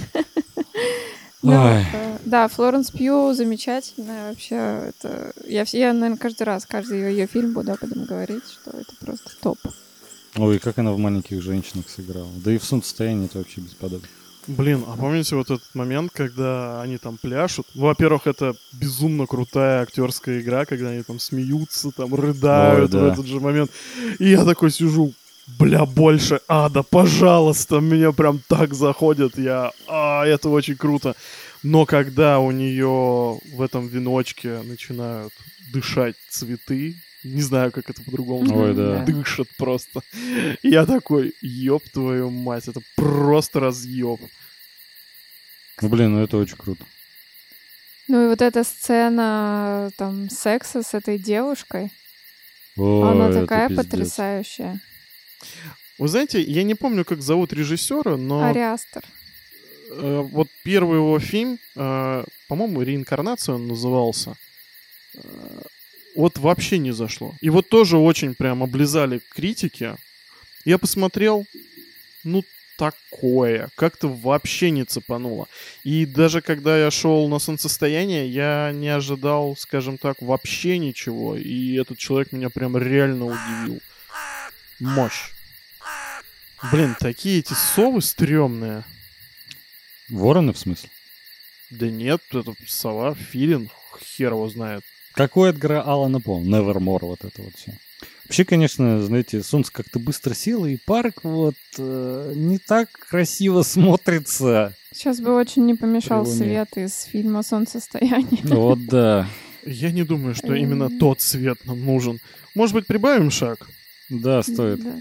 Ой. Да, Флоренс Пью замечательная вообще. Это я, наверное, каждый ее фильм буду об этом говорить, что это просто топ. Ой, как она в «Маленьких женщинах» сыграла. Да и в «Солнцестоянии» это вообще бесподобно. Блин, а помните вот этот момент, когда они там пляшут? Во-первых, это безумно крутая актерская игра, когда они там смеются, там рыдают Ой, да. в этот же момент. И я такой сижу, Бля, больше ада, пожалуйста, меня прям так заходит, это очень круто. Но когда у нее в этом веночке начинают дышать цветы, не знаю, как это по-другому сказать, Ой, да. дышат просто. Я такой, ёб твою мать, это просто разъеб. Ну, блин, ну это очень круто. Ну и вот эта сцена там секса с этой девушкой, Ой, она это такая пиздец. потрясающая. Вы знаете, я не помню, как зовут режиссера, но Ари Астер. вот первый его фильм, по-моему, «Реинкарнация» он назывался, вот вообще не зашло. И вот тоже очень прям облизали критики. Я посмотрел, ну, такое. Как-то вообще не цепануло. И даже когда я шел на солнцестояние, я не ожидал, скажем так, вообще ничего. И этот человек меня прям реально удивил. Мощь. Блин, такие эти совы стрёмные. Вороны, в смысле? Да нет, это сова, филин, хер его знает. Как у Эдгара Аллана По, Nevermore, вот это вот все. Вообще, конечно, знаете, солнце как-то быстро село, и парк вот не так красиво смотрится. Сейчас бы очень не помешал При луне. свет из фильма «Солнцестояние». Вот да. Я не думаю, что именно тот цвет нам нужен. Может быть, прибавим шаг? Да, стоит. Да.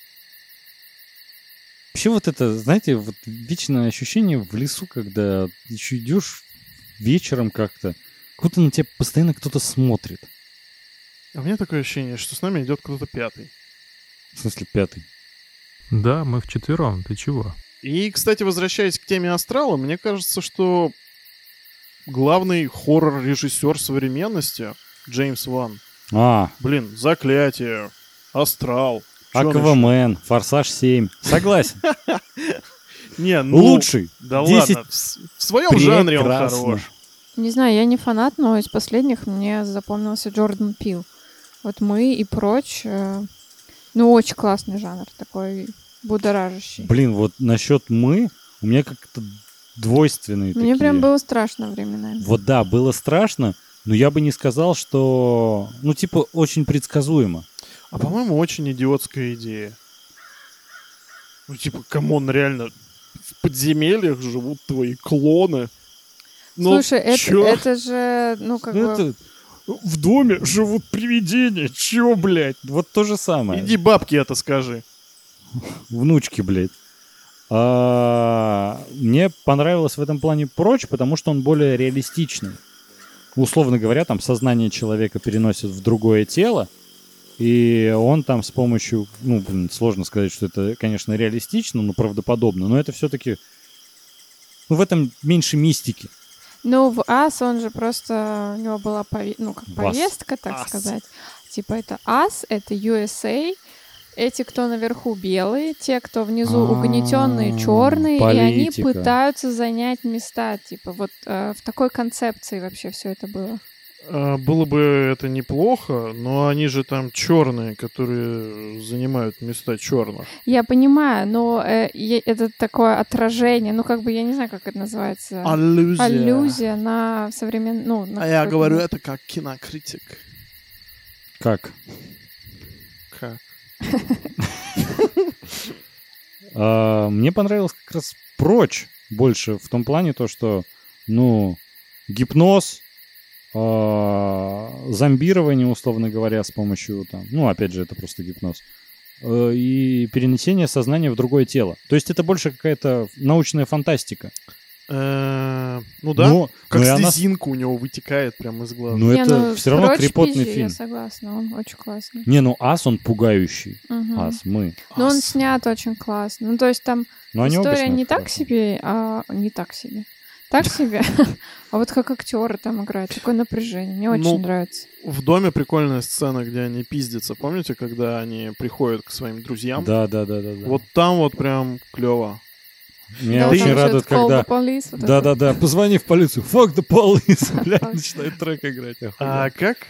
Вообще вот это, знаете, вот вечное ощущение в лесу, когда еще идешь вечером как-то, будто на тебя постоянно кто-то смотрит. А у меня такое ощущение, что с нами идет кто-то пятый. В смысле, пятый. Да, мы вчетвером, ты чего? И, кстати, возвращаясь к теме «Астрала», мне кажется, что главный хоррор-режиссер современности Джеймс Ван. Блин, «Заклятие», «Астрал». чё он ещё? Аквамен, Форсаж 7. Согласен. Не, ну... Лучший. Да 10 ладно, в своем жанре он прекрасно. хорош. Не знаю, я не фанат, но из последних мне запомнился Джордан Пил. Вот «Мы» и «Прочь». Ну, очень классный жанр, такой будоражащий. Блин, вот насчет «Мы» у меня как-то двойственные Мне такие. прям было страшно временами. Вот да, было страшно, но я бы не сказал, что... Ну, типа, очень предсказуемо. А по-моему, очень идиотская идея. Ну, типа, камон, реально, в подземельях живут твои клоны. Ну, Слушай, чё? это же, ну, как Ну, бы... это... В доме живут привидения. Чё, блядь? Вот то же самое. Иди бабке это скажи. Внучки, блядь. Мне понравилось в этом плане «Прочь», потому что он более реалистичный. Условно говоря, там сознание человека переносит в другое тело, и он там с помощью... Ну, блин, сложно сказать, что это, конечно, реалистично, но правдоподобно, но это все-таки... Ну, в этом меньше мистики. Ну, в АС он же просто... У него была повестка, так АС. сказать. Типа это АС, это USA. Эти, кто наверху, белые. Те, кто внизу, угнетенные, черные. И они политика. пытаются занять места. Типа вот в такой концепции вообще все это было. Было бы это неплохо, но они же там черные, которые занимают места черных. Я понимаю, но это такое отражение. Ну, как бы, я не знаю, как это называется. Аллюзия на современный... Ну, на А я какой-то- говорю это как кинокритик. Как? Как? Мне понравилось как раз «Прочь» больше в том плане, то, что, ну, гипноз, зомбирование, условно говоря, с помощью, там, ну, опять же, это просто гипноз, и перенесение сознания в другое тело. То есть это больше какая-то научная фантастика. Ну да, Но- как но и она- слезинка у него вытекает прямо из глаз. Ну, Не, это ну, все равно «Прочь» крепотный PG, фильм. Я согласна, он очень классный. Не, ну «Ас» он пугающий. Мгм. «Ас», мы. Но он снят очень классно. Ну, то есть там Но они оба история сняты не так хорошо. себе, не так себе. Так себе. А вот как актеры там играют, такое напряжение. Мне Ну, очень нравится. В доме прикольная сцена, где они пиздятся. Помните, когда они приходят к своим друзьям? Да. Вот там вот прям клево. Меня Да, очень там радует, что-то «Call когда... the police», вот это. Да-да-да, позвони в полицию. Fuck the police. Блядь, Fuck. начинает трек играть. А охуенно. как...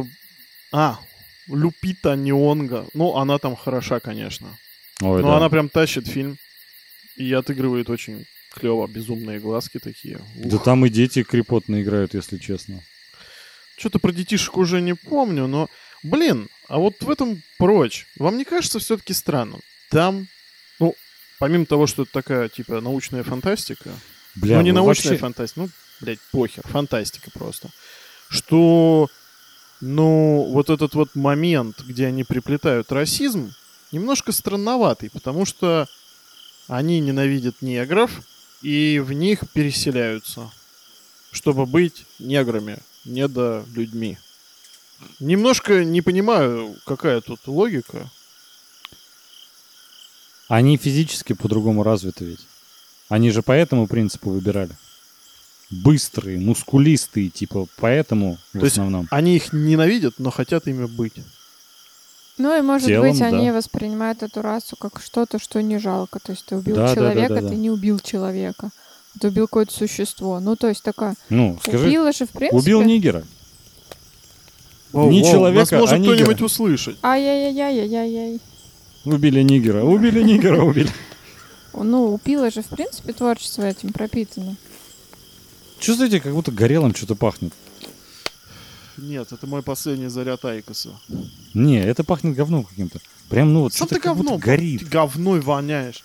Люпита Нионго. Ну, она там хороша, конечно. Ой, Но да. она прям тащит фильм. И отыгрывает очень клево. Безумные глазки такие. Да там и дети крепотно играют, если честно. Что-то про детишек уже не помню, но... Блин, А вот в этом прочь. Вам не кажется все-таки странным? Там, ну, помимо того, что это такая, типа, научная фантастика, Бля, ну, не вы научная вообще- фантастика, ну, блядь, похер, фантастика просто. Что, ну, вот этот вот момент, где они приплетают расизм, немножко странноватый, потому что они ненавидят негров и в них переселяются, чтобы быть неграми, недолюдьми. Немножко не понимаю, какая тут логика. Они физически по-другому развиты ведь. Они же по этому принципу выбирали. Быстрые, мускулистые, типа, поэтому в То есть основном. они их ненавидят, но хотят ими быть. Ну и, может целом, быть, да. они воспринимают эту расу как что-то, что не жалко. То есть ты убил Да, да, человека, да, да, ты да. не убил человека. Ты убил какое-то существо. Ну, то есть такая... Ну, скажи, Убила же, в принципе... убил нигера. Воу, Не воу, человека, нас может а нигера. кто-нибудь услышать. Ай-яй-яй-яй-яй-яй. Убили нигера. Убили нигера, убили. Ну, у Пила же, в принципе, творчество этим пропитано. Чувствуете, как будто горелым что-то пахнет? Нет, это мой последний заряд Айкоса. Не, это пахнет говном каким-то. Прям, ну вот, Сам что-то ты как будто говном. горит. Ты говной воняешь.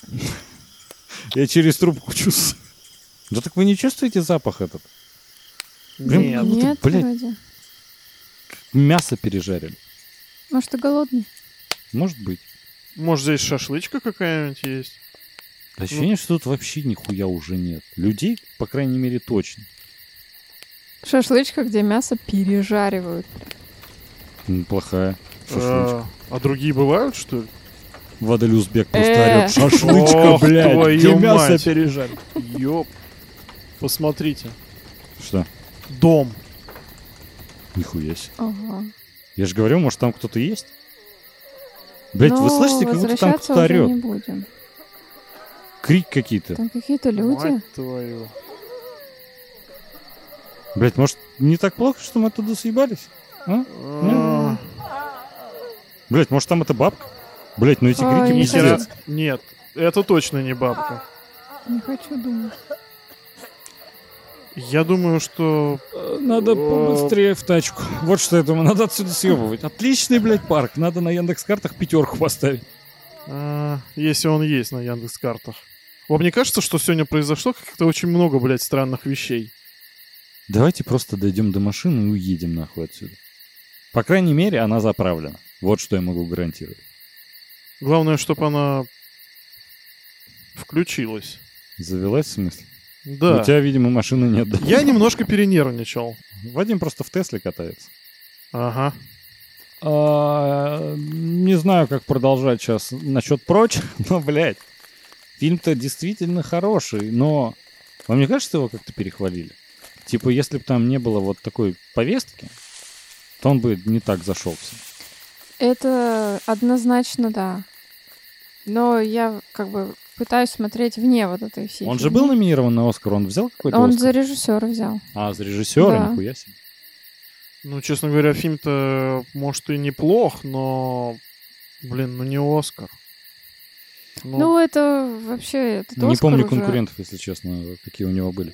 Я через трубку чувствую. Да так вы не чувствуете запах этот? Прям Нет. как будто, Нет, блядь, вроде. мясо пережарили. Может, ты голодный? Может быть. Может, здесь шашлычка какая-нибудь есть? Ощущение, что тут вообще нихуя уже нет. Людей, по крайней мере, точно. Шашлычка, где мясо пережаривают. Плохая шашлычка. А другие бывают, что ли? Вадалюзбек просто Э. орет. Шашлычка, Ох, блядь, твою где мясо мать. пережарили. Ёп. Посмотрите. Что? Дом. Нихуя себе. Ага. Я же говорю, может, там кто-то есть? Блядь, вы Но слышите, как будто там возвращаться кто-то уже орет? не будем. Крик какие-то. Там какие-то люди. Мать твою. Блядь, может, не так плохо, что мы оттуда съебались? А? А, Блядь, может, там это бабка? Блядь, ну эти Ой, крики не пиздец. хочу. Нет, это точно не бабка. Не хочу думать. Я думаю, что... Надо побыстрее в тачку. Вот что я думаю, надо отсюда съебывать. Отличный, блядь, парк. Надо на Яндекс.Картах 5 поставить. Если он есть на Яндекс.Картах. Вам не кажется, что сегодня произошло как-то очень много, блядь, странных вещей? Давайте просто дойдем до машины и уедем нахуй отсюда. По крайней мере, она заправлена. Вот что я могу гарантировать. Главное, чтобы она включилась. Завелась в смысле? Да. У тебя, видимо, машины нет. Да? Я немножко перенервничал. Вадим просто в Тесле катается. Ага. Не знаю, как продолжать сейчас насчет прочь, но, блядь, фильм-то действительно хороший, но вам не кажется, его как-то перехвалили? Типа, если бы там не было вот такой повестки, то он бы не так зашелся. Это однозначно да. Но я как бы пытаюсь смотреть вне вот этой всей Он же фигни. был номинирован на Оскар, он взял какой-то Он Оскар? за режиссера взял. А, за режиссера? Да. Нихуя себе. Ну, честно говоря, фильм-то, может, и неплох, но... Блин, ну не Оскар. Ну, это вообще... Этот Не Оскар помню уже- конкурентов, если честно, какие у него были.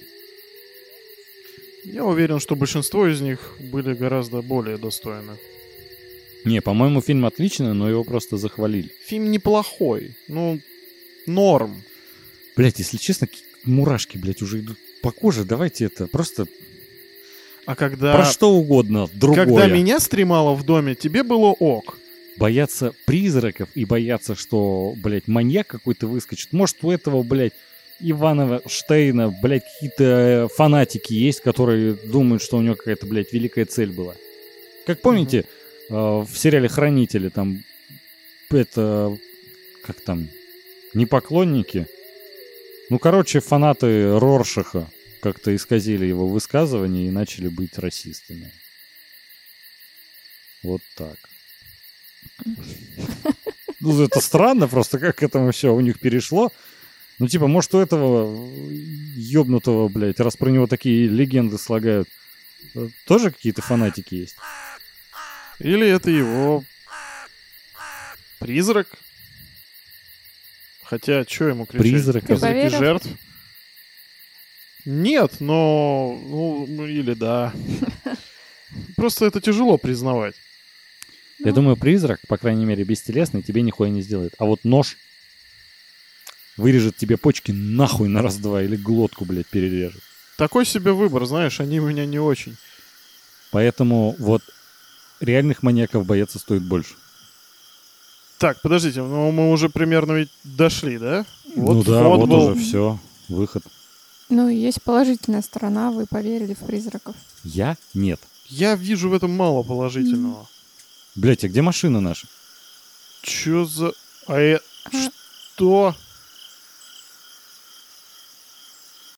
Я уверен, что большинство из них были гораздо более достойны. Не, по-моему, фильм отличный, но его просто захвалили. Фильм неплохой. Ну, норм. Блять, если честно, мурашки, блядь, уже идут по коже. Давайте это просто А когда... про что угодно, другое. Когда меня стремало в доме, тебе было ок. Бояться призраков и бояться, что, блядь, маньяк какой-то выскочит. Может, у этого, блядь, Иванова Штейна, блядь, какие-то фанатики есть, которые думают, что у него какая-то, блядь, великая цель была. Как помните, в сериале «Хранители» там, это, как там, не поклонники, ну, короче, фанаты Роршаха как-то исказили его высказывания и начали быть расистами. Вот так. Ну, это странно просто, как к этому все у них перешло. Ну, типа, может, у этого ёбнутого, блядь, раз про него такие легенды слагают, тоже какие-то фанатики есть? Или это его призрак? Хотя, что ему кричать? Призрак. Ты Призраки поверил? жертв? Нет, но... Ну, или да. Просто это тяжело признавать. Я думаю, призрак, по крайней мере, бестелесный, тебе нихуя не сделает. А вот нож вырежет тебе почки нахуй на раз-два или глотку, блядь, перережет. Такой себе выбор, знаешь, они у меня не очень. Поэтому вот реальных маньяков бояться стоит больше. Так, подождите, ну мы уже примерно ведь дошли, да? Ну да, вход вот был. уже все, выход. Ну, есть положительная сторона, вы поверили в призраков. Я? Нет. Я вижу в этом мало положительного. Блять, а где машина наша? Чё за... Что?